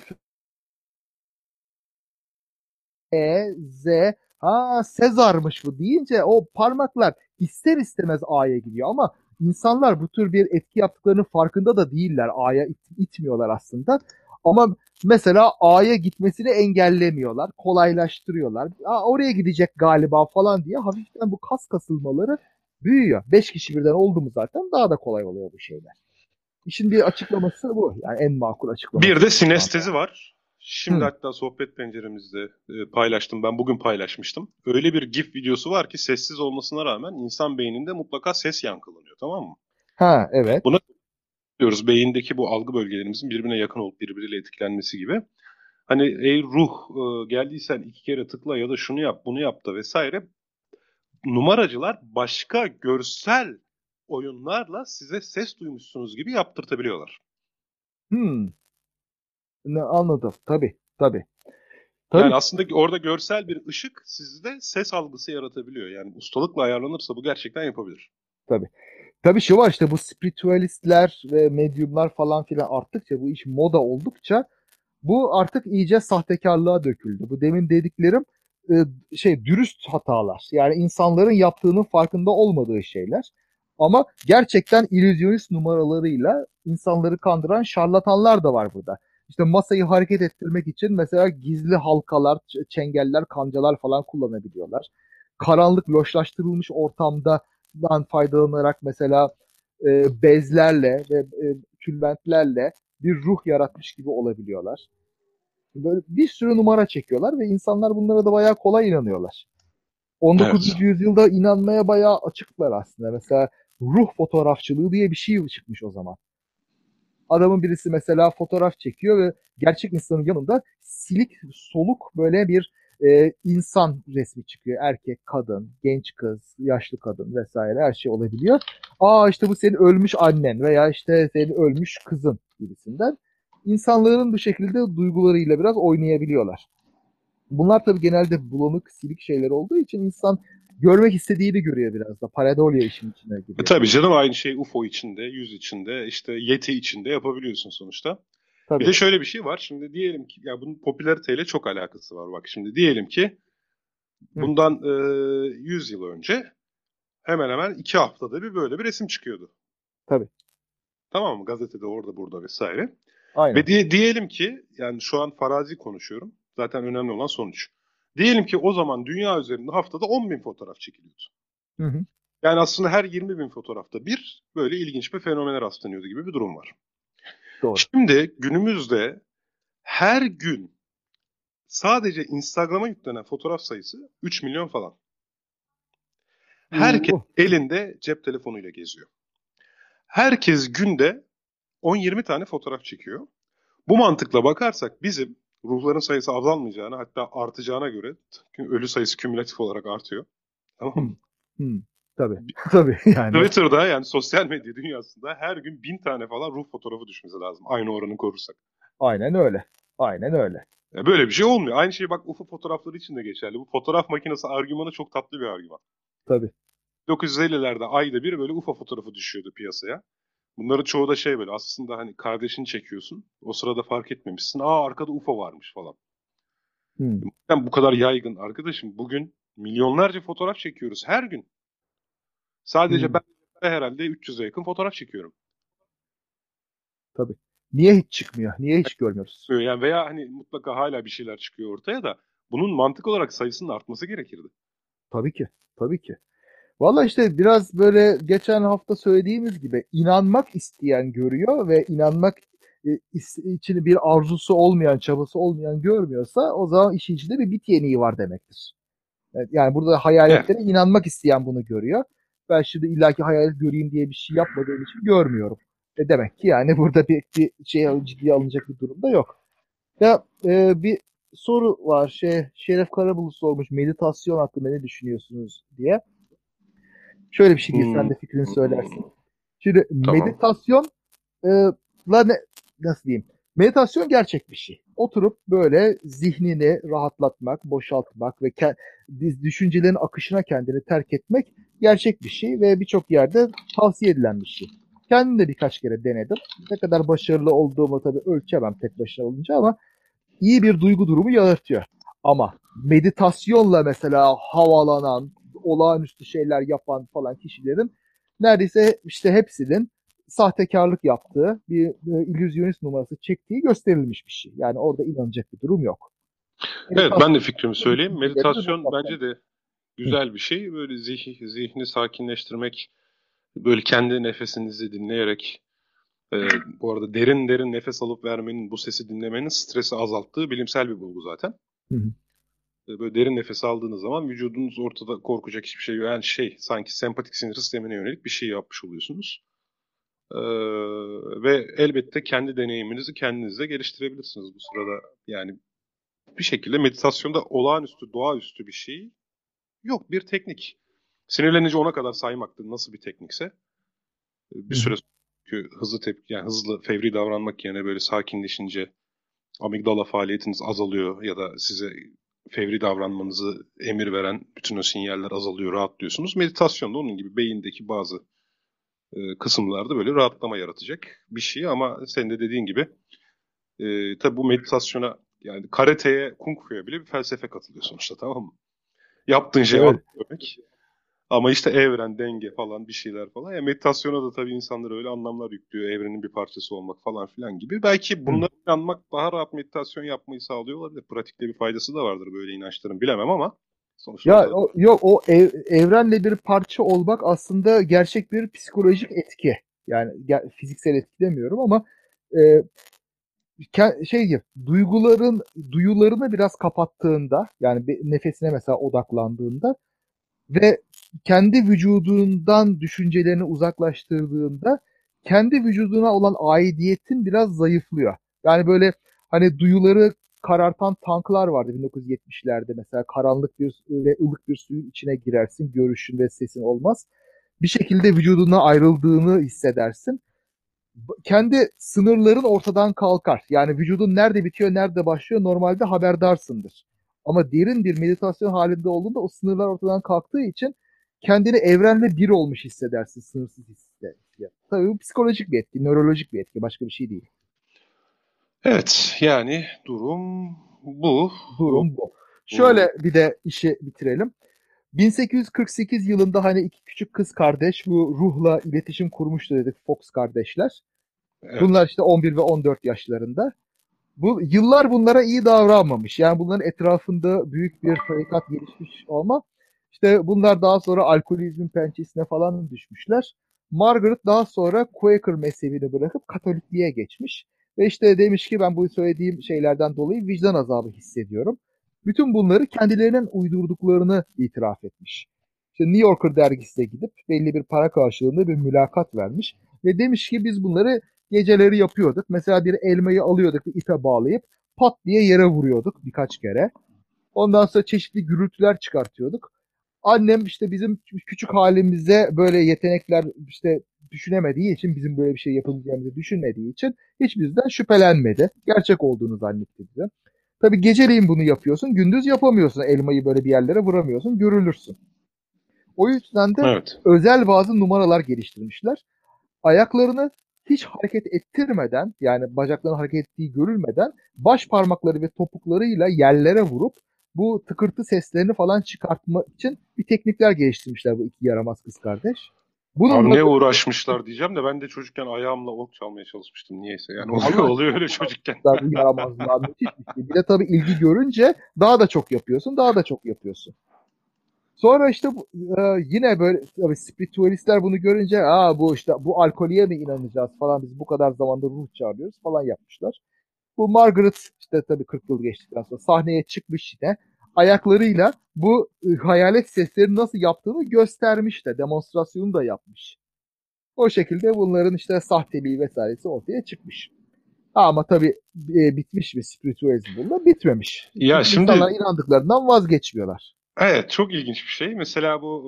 Z, ha Sezar'mış bu deyince o parmaklar ister istemez A'ya gidiyor ama insanlar bu tür bir etki yaptıklarının farkında da değiller. A'ya itmiyorlar aslında. Ama mesela A'ya gitmesini engellemiyorlar, kolaylaştırıyorlar. Oraya gidecek galiba falan diye hafiften bu kas kasılmaları büyüyor. 5 kişi birden oldu mu zaten daha da kolay oluyor bu şeyler. İşin bir açıklaması bu. Yani en makul Bir açıklaması de bu şu anda. sinestezi var. Şimdi Hı. hatta sohbet penceremizde paylaştım. Ben bugün paylaşmıştım. Öyle bir GIF videosu var ki sessiz olmasına rağmen insan beyninde mutlaka ses yankılanıyor, tamam mı? Ha, evet. Buna diyoruz beyindeki bu algı bölgelerimizin birbirine yakın olup birbiriyle etkilenmesi gibi. Hani ey ruh, geldiysen 2 kere tıkla ya da şunu yap bunu yap da vesaire. Numaracılar başka görsel oyunlarla size ses duymuşsunuz gibi yaptırtabiliyorlar. Hmm. Anladım. Tabii, tabii. Tabii, Yani aslında orada görsel bir ışık sizde ses algısı yaratabiliyor. Yani ustalıkla ayarlanırsa bu gerçekten yapabilir. tabii. Tabii şu var işte bu spiritüalistler ve medyumlar falan filan arttıkça bu iş moda oldukça bu artık iyice sahtekarlığa döküldü. Bu demin dediklerim e, dürüst hatalar. Yani insanların yaptığının farkında olmadığı şeyler. Ama gerçekten illüzyonist numaralarıyla insanları kandıran şarlatanlar da var burada. İşte masayı hareket ettirmek için mesela gizli halkalar, çengeller, kancalar falan kullanabiliyorlar. Karanlık, loşlaştırılmış ortamdan faydalanarak mesela bezlerle ve tülbentlerle bir ruh yaratmış gibi olabiliyorlar. Böyle bir sürü numara çekiyorlar ve insanlar bunlara da bayağı kolay inanıyorlar. Evet. 19. yüzyılda inanmaya bayağı açıklar aslında. Mesela ruh fotoğrafçılığı diye bir şey çıkmış o zaman. Adamın birisi mesela fotoğraf çekiyor ve gerçek insanın yanında silik, soluk böyle bir insan resmi çıkıyor. Erkek, kadın, genç kız, yaşlı kadın vesaire her şey olabiliyor. İşte bu senin ölmüş annen veya işte senin ölmüş kızın gibisinden. İnsanların bu şekilde duygularıyla biraz oynayabiliyorlar. Bunlar tabii genelde bulanık, silik şeyler olduğu için insan görmek istediğini görüyor biraz da. Pareidolia işin içine giriyor. Tabii canım, aynı şey UFO içinde, yüz içinde, işte Yeti içinde yapabiliyorsun sonuçta. Bir Tabii. de şöyle bir şey var. Şimdi diyelim ki, ya bunun popülariteyle çok alakası var. Bak şimdi diyelim ki Hı, bundan 100 yıl önce hemen hemen 2 haftada bir böyle bir resim çıkıyordu. tabii. Tamam mı? Gazetede, orada burada vesaire. Aynen. Ve diyelim ki, yani şu an farazi konuşuyorum. Zaten önemli olan sonuç. Diyelim ki o zaman dünya üzerinde haftada 10 bin fotoğraf çekiliyordu. Hı hı. Yani aslında her 20 bin fotoğrafta bir böyle ilginç bir fenomene rastlanıyordu gibi bir durum var. Doğru. Şimdi günümüzde her gün sadece Instagram'a yüklenen fotoğraf sayısı 3 milyon falan. Herkes Uh, elinde cep telefonuyla geziyor. Herkes günde 10-20 tane fotoğraf çekiyor. Bu mantıkla bakarsak bizim ruhların sayısı azalmayacağını, hatta artacağına göre, çünkü ölü sayısı kümülatif olarak artıyor. Tamam hı, mı? hı. Tabii. Tabii yani. Twitter'da, yani sosyal medya dünyasında her gün 1.000 tane falan ruh fotoğrafı düşmesi lazım. Aynı oranı korursak. Aynen öyle. Aynen öyle. Böyle bir şey olmuyor. Aynı şey bak UFO fotoğrafları için de geçerli. Bu fotoğraf makinesi argümanı çok tatlı bir argüman. Tabii. 1950'lerde ayda bir böyle UFO fotoğrafı düşüyordu piyasaya. Bunların çoğu da şey, böyle aslında hani kardeşini çekiyorsun. O sırada fark etmemişsin. Aa, arkada UFO varmış falan. Hı, Yani bu kadar yaygın arkadaşım. Bugün milyonlarca fotoğraf çekiyoruz her gün. Sadece hı. ben herhalde 300'e yakın fotoğraf çekiyorum. Tabii. Niye hiç çıkmıyor? Niye hiç görmüyoruz? Yani veya hani mutlaka hala bir şeyler çıkıyor ortaya da bunun mantık olarak sayısının artması gerekirdi. Tabii ki. Tabii ki. Valla işte biraz böyle geçen hafta söylediğimiz gibi inanmak isteyen görüyor ve inanmak içini bir arzusu olmayan, çabası olmayan görmüyorsa o zaman işin içinde bir bit yeniği var demektir. Evet, yani burada Evet. hayaletlere inanmak isteyen bunu görüyor. Ben şimdi illaki hayalet göreyim diye bir şey yapmadığım için görmüyorum. Demek ki yani burada bir şey ciddiye alınacak bir durum da yok. Ya bir soru var. Şeref Karabulut sormuş meditasyon hakkında ne düşünüyorsunuz diye. Şöyle bir şey diye Hmm, sen de fikrini söylersin. Şimdi tamam. meditasyon e, la ne, nasıl diyeyim? Meditasyon gerçek bir şey. Oturup böyle zihnini rahatlatmak, boşaltmak ve düşüncelerin akışına kendini terk etmek gerçek bir şey ve birçok yerde tavsiye edilen bir şey. Kendim de birkaç kere denedim. Ne kadar başarılı olduğumu tabii ölçemem tek başına olunca ama iyi bir duygu durumu yaratıyor. Ama meditasyonla mesela havalanan, olağanüstü şeyler yapan falan kişilerin neredeyse işte hepsinin sahtekarlık yaptığı, bir illüzyonist numarası çektiği gösterilmiş bir şey. Yani orada inanacak bir durum yok. Evet, ben de Meditasyon fikrimi söyleyeyim. düşünceleri Meditasyon rahatlatmak. bence de Hı, güzel bir şey. Böyle zihni sakinleştirmek, böyle kendi nefesinizi dinleyerek, bu arada derin derin nefes alıp vermenin, bu sesi dinlemenin stresi azalttığı bilimsel bir bulgu zaten. hı, Böyle derin nefes aldığınız zaman vücudunuz ortada, korkacak hiçbir şey yok. Yani şey, sanki sempatik sinir sistemine yönelik bir şey yapmış oluyorsunuz. Ee, Ve elbette kendi deneyiminizi kendinizde geliştirebilirsiniz bu sırada. Yani bir şekilde meditasyonda olağanüstü, doğaüstü bir şey yok. Bir teknik. Sinirlenince ona kadar saymaktır nasıl bir teknikse. Bir hı, hı. süre sonra hızlı tepki, yani hızlı, fevri davranmak yerine böyle sakinleşince amigdala faaliyetiniz azalıyor ya da size fevri davranmanızı emir veren bütün o sinyaller azalıyor, rahatlıyorsunuz. Meditasyon da onun gibi beyindeki bazı kısımlarda böyle rahatlama yaratacak bir şey, ama senin de dediğin gibi tabii bu meditasyona, yani karateye, kung fu'ya bile bir felsefe katılıyor sonuçta, tamam mı? Yaptığın şey Evet. demek. Ama işte evren, denge falan, bir şeyler falan. Ya meditasyona da tabii insanlar öyle anlamlar yüklüyor. Evrenin bir parçası olmak falan filan gibi. Belki Hı. bunlara inanmak daha rahat meditasyon yapmayı sağlıyor olabilir. Pratikte bir faydası da vardır böyle inançların, bilemem ama sonuçta Ya ortada. yok o evrenle bir parça olmak aslında gerçek bir psikolojik etki. Yani fiziksel etki demiyorum ama e, şey gibi duyularını biraz kapattığında yani bir nefesine mesela odaklandığında ve kendi vücudundan düşüncelerini uzaklaştırdığında kendi vücuduna olan aidiyetin biraz zayıflıyor. Yani böyle hani duyuları karartan tanklar vardı 1970'lerde mesela karanlık bir ve ılık bir suyun içine girersin görüşün ve sesin olmaz. Bir şekilde vücuduna ayrıldığını hissedersin. Kendi sınırların ortadan kalkar. Yani vücudun nerede bitiyor, nerede başlıyor normalde haberdarsındır. Ama derin bir meditasyon halinde olduğunda o sınırlar ortadan kalktığı için kendini evrenle bir olmuş hissedersin sınırsız hisse. Tabii bu psikolojik bir etki, nörolojik bir etki, başka bir şey değil. Evet, yani durum bu. Durum bu. Hmm, Şöyle bir de işi bitirelim. 1848 yılında hani iki küçük kız kardeş bu ruhla iletişim kurmuştu dedik, Fox kardeşler. Bunlar evet. işte 11 ve 14 yaşlarında. Bu yıllar bunlara iyi davranmamış. Yani bunların etrafında büyük bir tarikat gelişmiş olma. İşte bunlar daha sonra alkolizmin pençesine falan düşmüşler. Margaret daha sonra Quaker mezhebini bırakıp Katolikliğe geçmiş. Ve işte demiş ki ben bu söylediğim şeylerden dolayı vicdan azabı hissediyorum. Bütün bunları kendilerinin uydurduklarını itiraf etmiş. İşte New Yorker dergisine gidip belli bir para karşılığında bir mülakat vermiş. Ve demiş ki biz bunları geceleri yapıyorduk. Mesela bir elmayı alıyorduk bir ipe bağlayıp pat diye yere vuruyorduk birkaç kere. Ondan sonra çeşitli gürültüler çıkartıyorduk. Annem işte bizim küçük halimize böyle yetenekler işte düşünemediği için, bizim böyle bir şey yapabileceğimizi düşünmediği için hiç bizden şüphelenmedi. Gerçek olduğunu zannetti bize. Tabii geceleyin bunu yapıyorsun, gündüz yapamıyorsun. Elmayı böyle bir yerlere vuramıyorsun, görülürsün. O yüzden de Evet. özel bazı numaralar geliştirmişler. Ayaklarını hiç hareket ettirmeden, yani bacaklarının hareket ettiği görülmeden baş parmakları ve topuklarıyla yerlere vurup bu tıkırtı seslerini falan çıkartma için bir teknikler geliştirmişler bu iki yaramaz kız kardeş. Abi Bununla ne da uğraşmışlar diyeceğim de ben de çocukken ayağımla ok çalmaya çalışmıştım niyeyse. Yani oluyor vallahi oluyor çok öyle çocukken. yapmışlar bu yaramazlığa, müthiş bir şey. Bir de tabii ilgi görünce daha da çok yapıyorsun, daha da çok yapıyorsun. Sonra işte yine böyle tabii spiritüalistler bunu görünce bu işte bu alkolye mi inanacağız falan, biz bu kadar zamandır ruh çağırıyoruz falan yapmışlar. Bu Margaret işte tabii 40 yıl geçtikten sonra sahneye çıkmış yine ayaklarıyla bu hayalet sesleri nasıl yaptığını göstermiş de demonstrasyonu da yapmış. O şekilde bunların işte sahteliği vesairesi ortaya çıkmış. Ama tabii bitmiş mi spiritüalizm bununla? Bitmemiş. Ya Çünkü insanlar şimdi inandıklarından vazgeçmiyorlar. evet çok ilginç bir şey. Mesela bu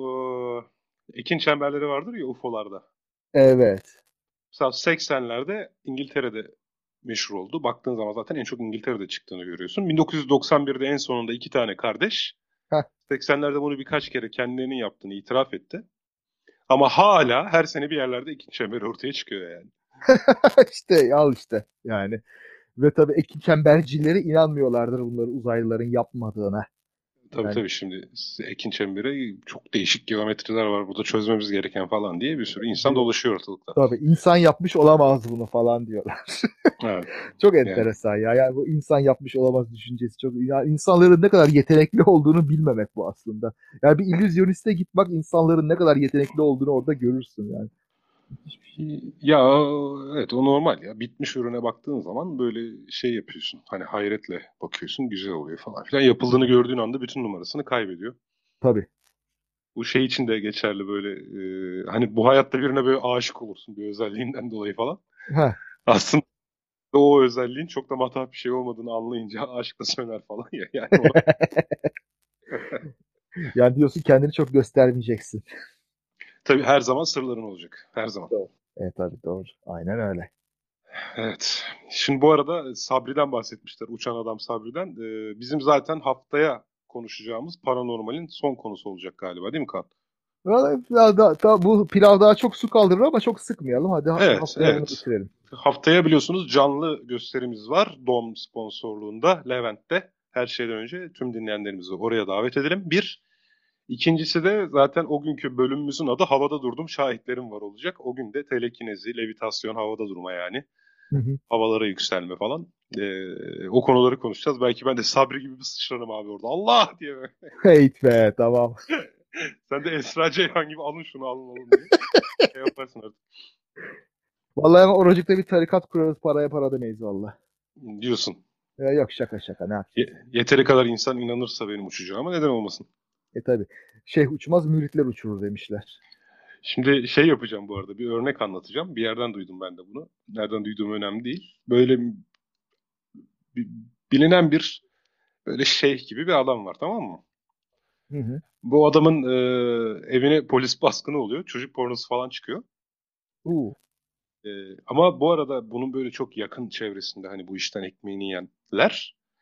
Ekin çemberleri vardır ya UFO'larda. Evet. Mesela 80'lerde İngiltere'de meşhur oldu. Baktığın zaman zaten en çok İngiltere'de çıktığını görüyorsun. 1991'de en sonunda iki tane kardeş Heh. 80'lerde bunu birkaç kere kendilerinin yaptığını itiraf etti. Ama hala her sene bir yerlerde ikinci çemberi ortaya çıkıyor yani. işte al işte yani. Ve tabii ekin çembercileri inanmıyorlardır bunları uzaylıların yapmadığına. Tabii Yani tabii şimdi Ekin çemberi çok değişik geometriler var burada çözmemiz gereken falan diye bir sürü insan diyor. dolaşıyor ortalıkta. Tabii insan yapmış olamaz bunu falan diyorlar. Evet Çok yani. enteresan ya. Yani bu insan yapmış olamaz düşüncesi çok. Yani insanların ne kadar yetenekli olduğunu bilmemek bu aslında. Yani bir illüzyoniste git bak, insanların ne kadar yetenekli olduğunu orada görürsün yani. Hiçbir şey. Ya evet o normal ya. Bitmiş ürüne baktığın zaman böyle şey yapıyorsun. Hani hayretle bakıyorsun güzel oluyor falan filan. Yapıldığını gördüğün anda bütün numarasını kaybediyor. Tabii. Bu şey için de geçerli böyle hani bu hayatta birine böyle aşık olursun bir özelliğinden dolayı falan. Heh. Aslında o özelliğin çok da matah bir şey olmadığını anlayınca aşk da söner falan ya. Yani ona Yani diyorsun kendini çok göstermeyeceksin. tabii her zaman sırların olacak. Her zaman. Doğru. Evet tabii doğru. Aynen öyle. Evet. Şimdi bu arada Sabri'den bahsetmişler. Uçan Adam Sabri'den. Bizim zaten haftaya konuşacağımız Paranormal'in son konusu olacak galiba değil mi Kaan? Vallahi bu pilav daha çok su kaldırır ama çok sıkmayalım. Hadi Evet, haftaya bunu evet. bitirelim. Haftaya biliyorsunuz canlı gösterimiz var. Dom sponsorluğunda Levent'te. Her şeyden önce tüm dinleyenlerimizi oraya davet edelim. Bir. İkincisi de zaten o günkü bölümümüzün adı Havada Durdum Şahitlerim Var olacak. O gün de telekinezi, levitasyon, havada durma yani. Hı hı. Havalara yükselme falan. O konuları konuşacağız. Belki ben de Sabri gibi bir sıçranım abi orada. Allah diye böyle. Heyt be tamam. Sen de Esra Ceyhan gibi alın şunu alın alın diye. Şey yaparsın artık. Vallahi ama oracıkta bir tarikat kurarız, paraya para demeyiz valla. Diyorsun. Yok şaka şaka, ne yapacağız? Yeteri kadar insan inanırsa benim uçacağıma neden olmasın? Tabi. Şeyh uçmaz müritler uçurur demişler. Şimdi şey yapacağım bu arada. Bir örnek anlatacağım. Bir yerden duydum ben de bunu. Nereden duyduğum önemli değil. Böyle bi- bilinen bir böyle şeyh gibi bir adam var tamam mı? Hı hı. Bu adamın evine polis baskını oluyor. Çocuk pornosu falan çıkıyor. Uu. Ama bu arada bunun böyle çok yakın çevresinde hani bu işten ekmeğini yiyenler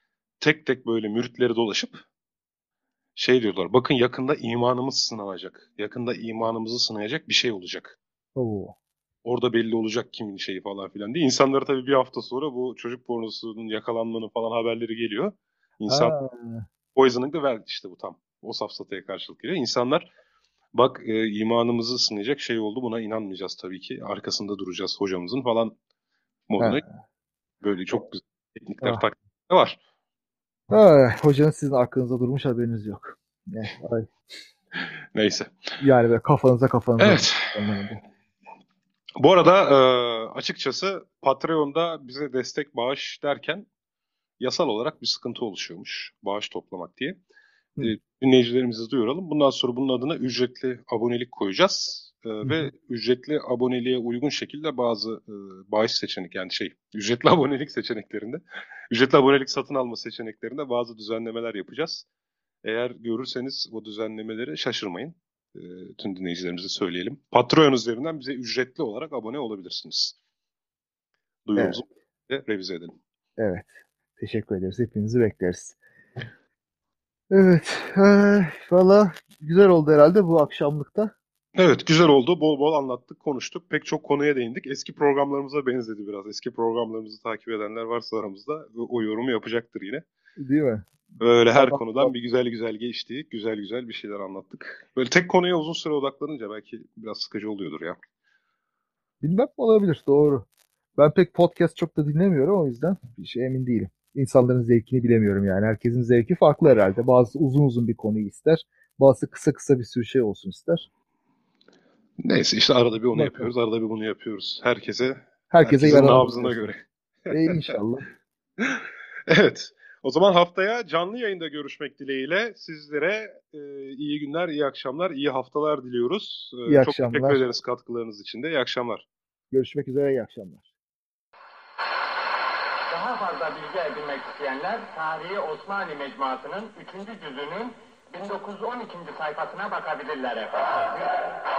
tek tek böyle müritleri dolaşıp şey diyorlar. Bakın yakında imanımız sınanacak. Yakında imanımızı sınayacak bir şey olacak. Oo. Orada belli olacak kimin şeyi falan filan diye. İnsanlara tabii bir hafta sonra bu çocuk pornosunun yakalanmanın falan haberleri geliyor. İnsan Ha. poisoning'da verdi işte bu tam. O safsataya karşılık geliyor. İnsanlar bak imanımızı sınayacak şey oldu, buna inanmayacağız tabii ki. Arkasında duracağız hocamızın falan moduna. Ha. Böyle çok güzel teknikler, Ah. taktikler var. Ay, hocanın sizin aklınızda durmuş haberiniz yok. Ne? Ay. Neyse. Yani böyle kafanıza Evet. anlamında. Bu arada açıkçası Patreon'da bize destek bağış derken yasal olarak bir sıkıntı oluşuyormuş. Bağış toplamak diye. E, Hı. dinleyicilerimize duyuralım. Bundan sonra bunun adına ücretli abonelik koyacağız. Hı Ve hı. ücretli aboneliğe uygun şekilde bazı bağış seçenek yani ücretli abonelik seçeneklerinde ücretli abonelik satın alma seçeneklerinde bazı düzenlemeler yapacağız. Eğer görürseniz o düzenlemeleri şaşırmayın. E, tüm dinleyicilerimize söyleyelim. Patreon üzerinden bize ücretli olarak abone olabilirsiniz. Evet. Duyurumuzu de revize edelim. Evet. Teşekkür ederiz. Hepinizi bekleriz. Evet. Valla güzel oldu herhalde bu akşamlıkta. Evet, güzel oldu. Bol bol anlattık, konuştuk. Pek çok konuya değindik. Eski programlarımıza benzedi biraz. Eski programlarımızı takip edenler varsa aramızda o yorumu yapacaktır yine. Değil mi? Böyle her Valla konudan bir güzel güzel geçtik. Güzel güzel bir şeyler anlattık. Böyle tek konuya uzun süre odaklanınca belki biraz sıkıcı oluyordur ya. bilmem olabilir. Doğru. Ben pek podcast çok da dinlemiyorum o yüzden bir şey emin değilim. İnsanların zevkini bilemiyorum yani. Herkesin zevki farklı herhalde. Bazısı uzun uzun bir konuyu ister. Bazısı kısa kısa bir sürü şey olsun ister. Neyse işte arada bir onu Bakalım. yapıyoruz, arada bir bunu yapıyoruz. Herkese Herkesin yaramış nabzına diyorsun. göre. İnşallah. Evet. O zaman haftaya canlı yayında görüşmek dileğiyle sizlere iyi günler, iyi akşamlar, iyi haftalar diliyoruz. İyi Çok teşekkür akşamlar. ederiz katkılarınız için de. İyi akşamlar. Görüşmek üzere. İyi akşamlar. Daha fazla bilgi edinmek isteyenler Tarihi Osmanlı Mecmuası'nın 3. cüzünün 1912. sayfasına bakabilirler efendim.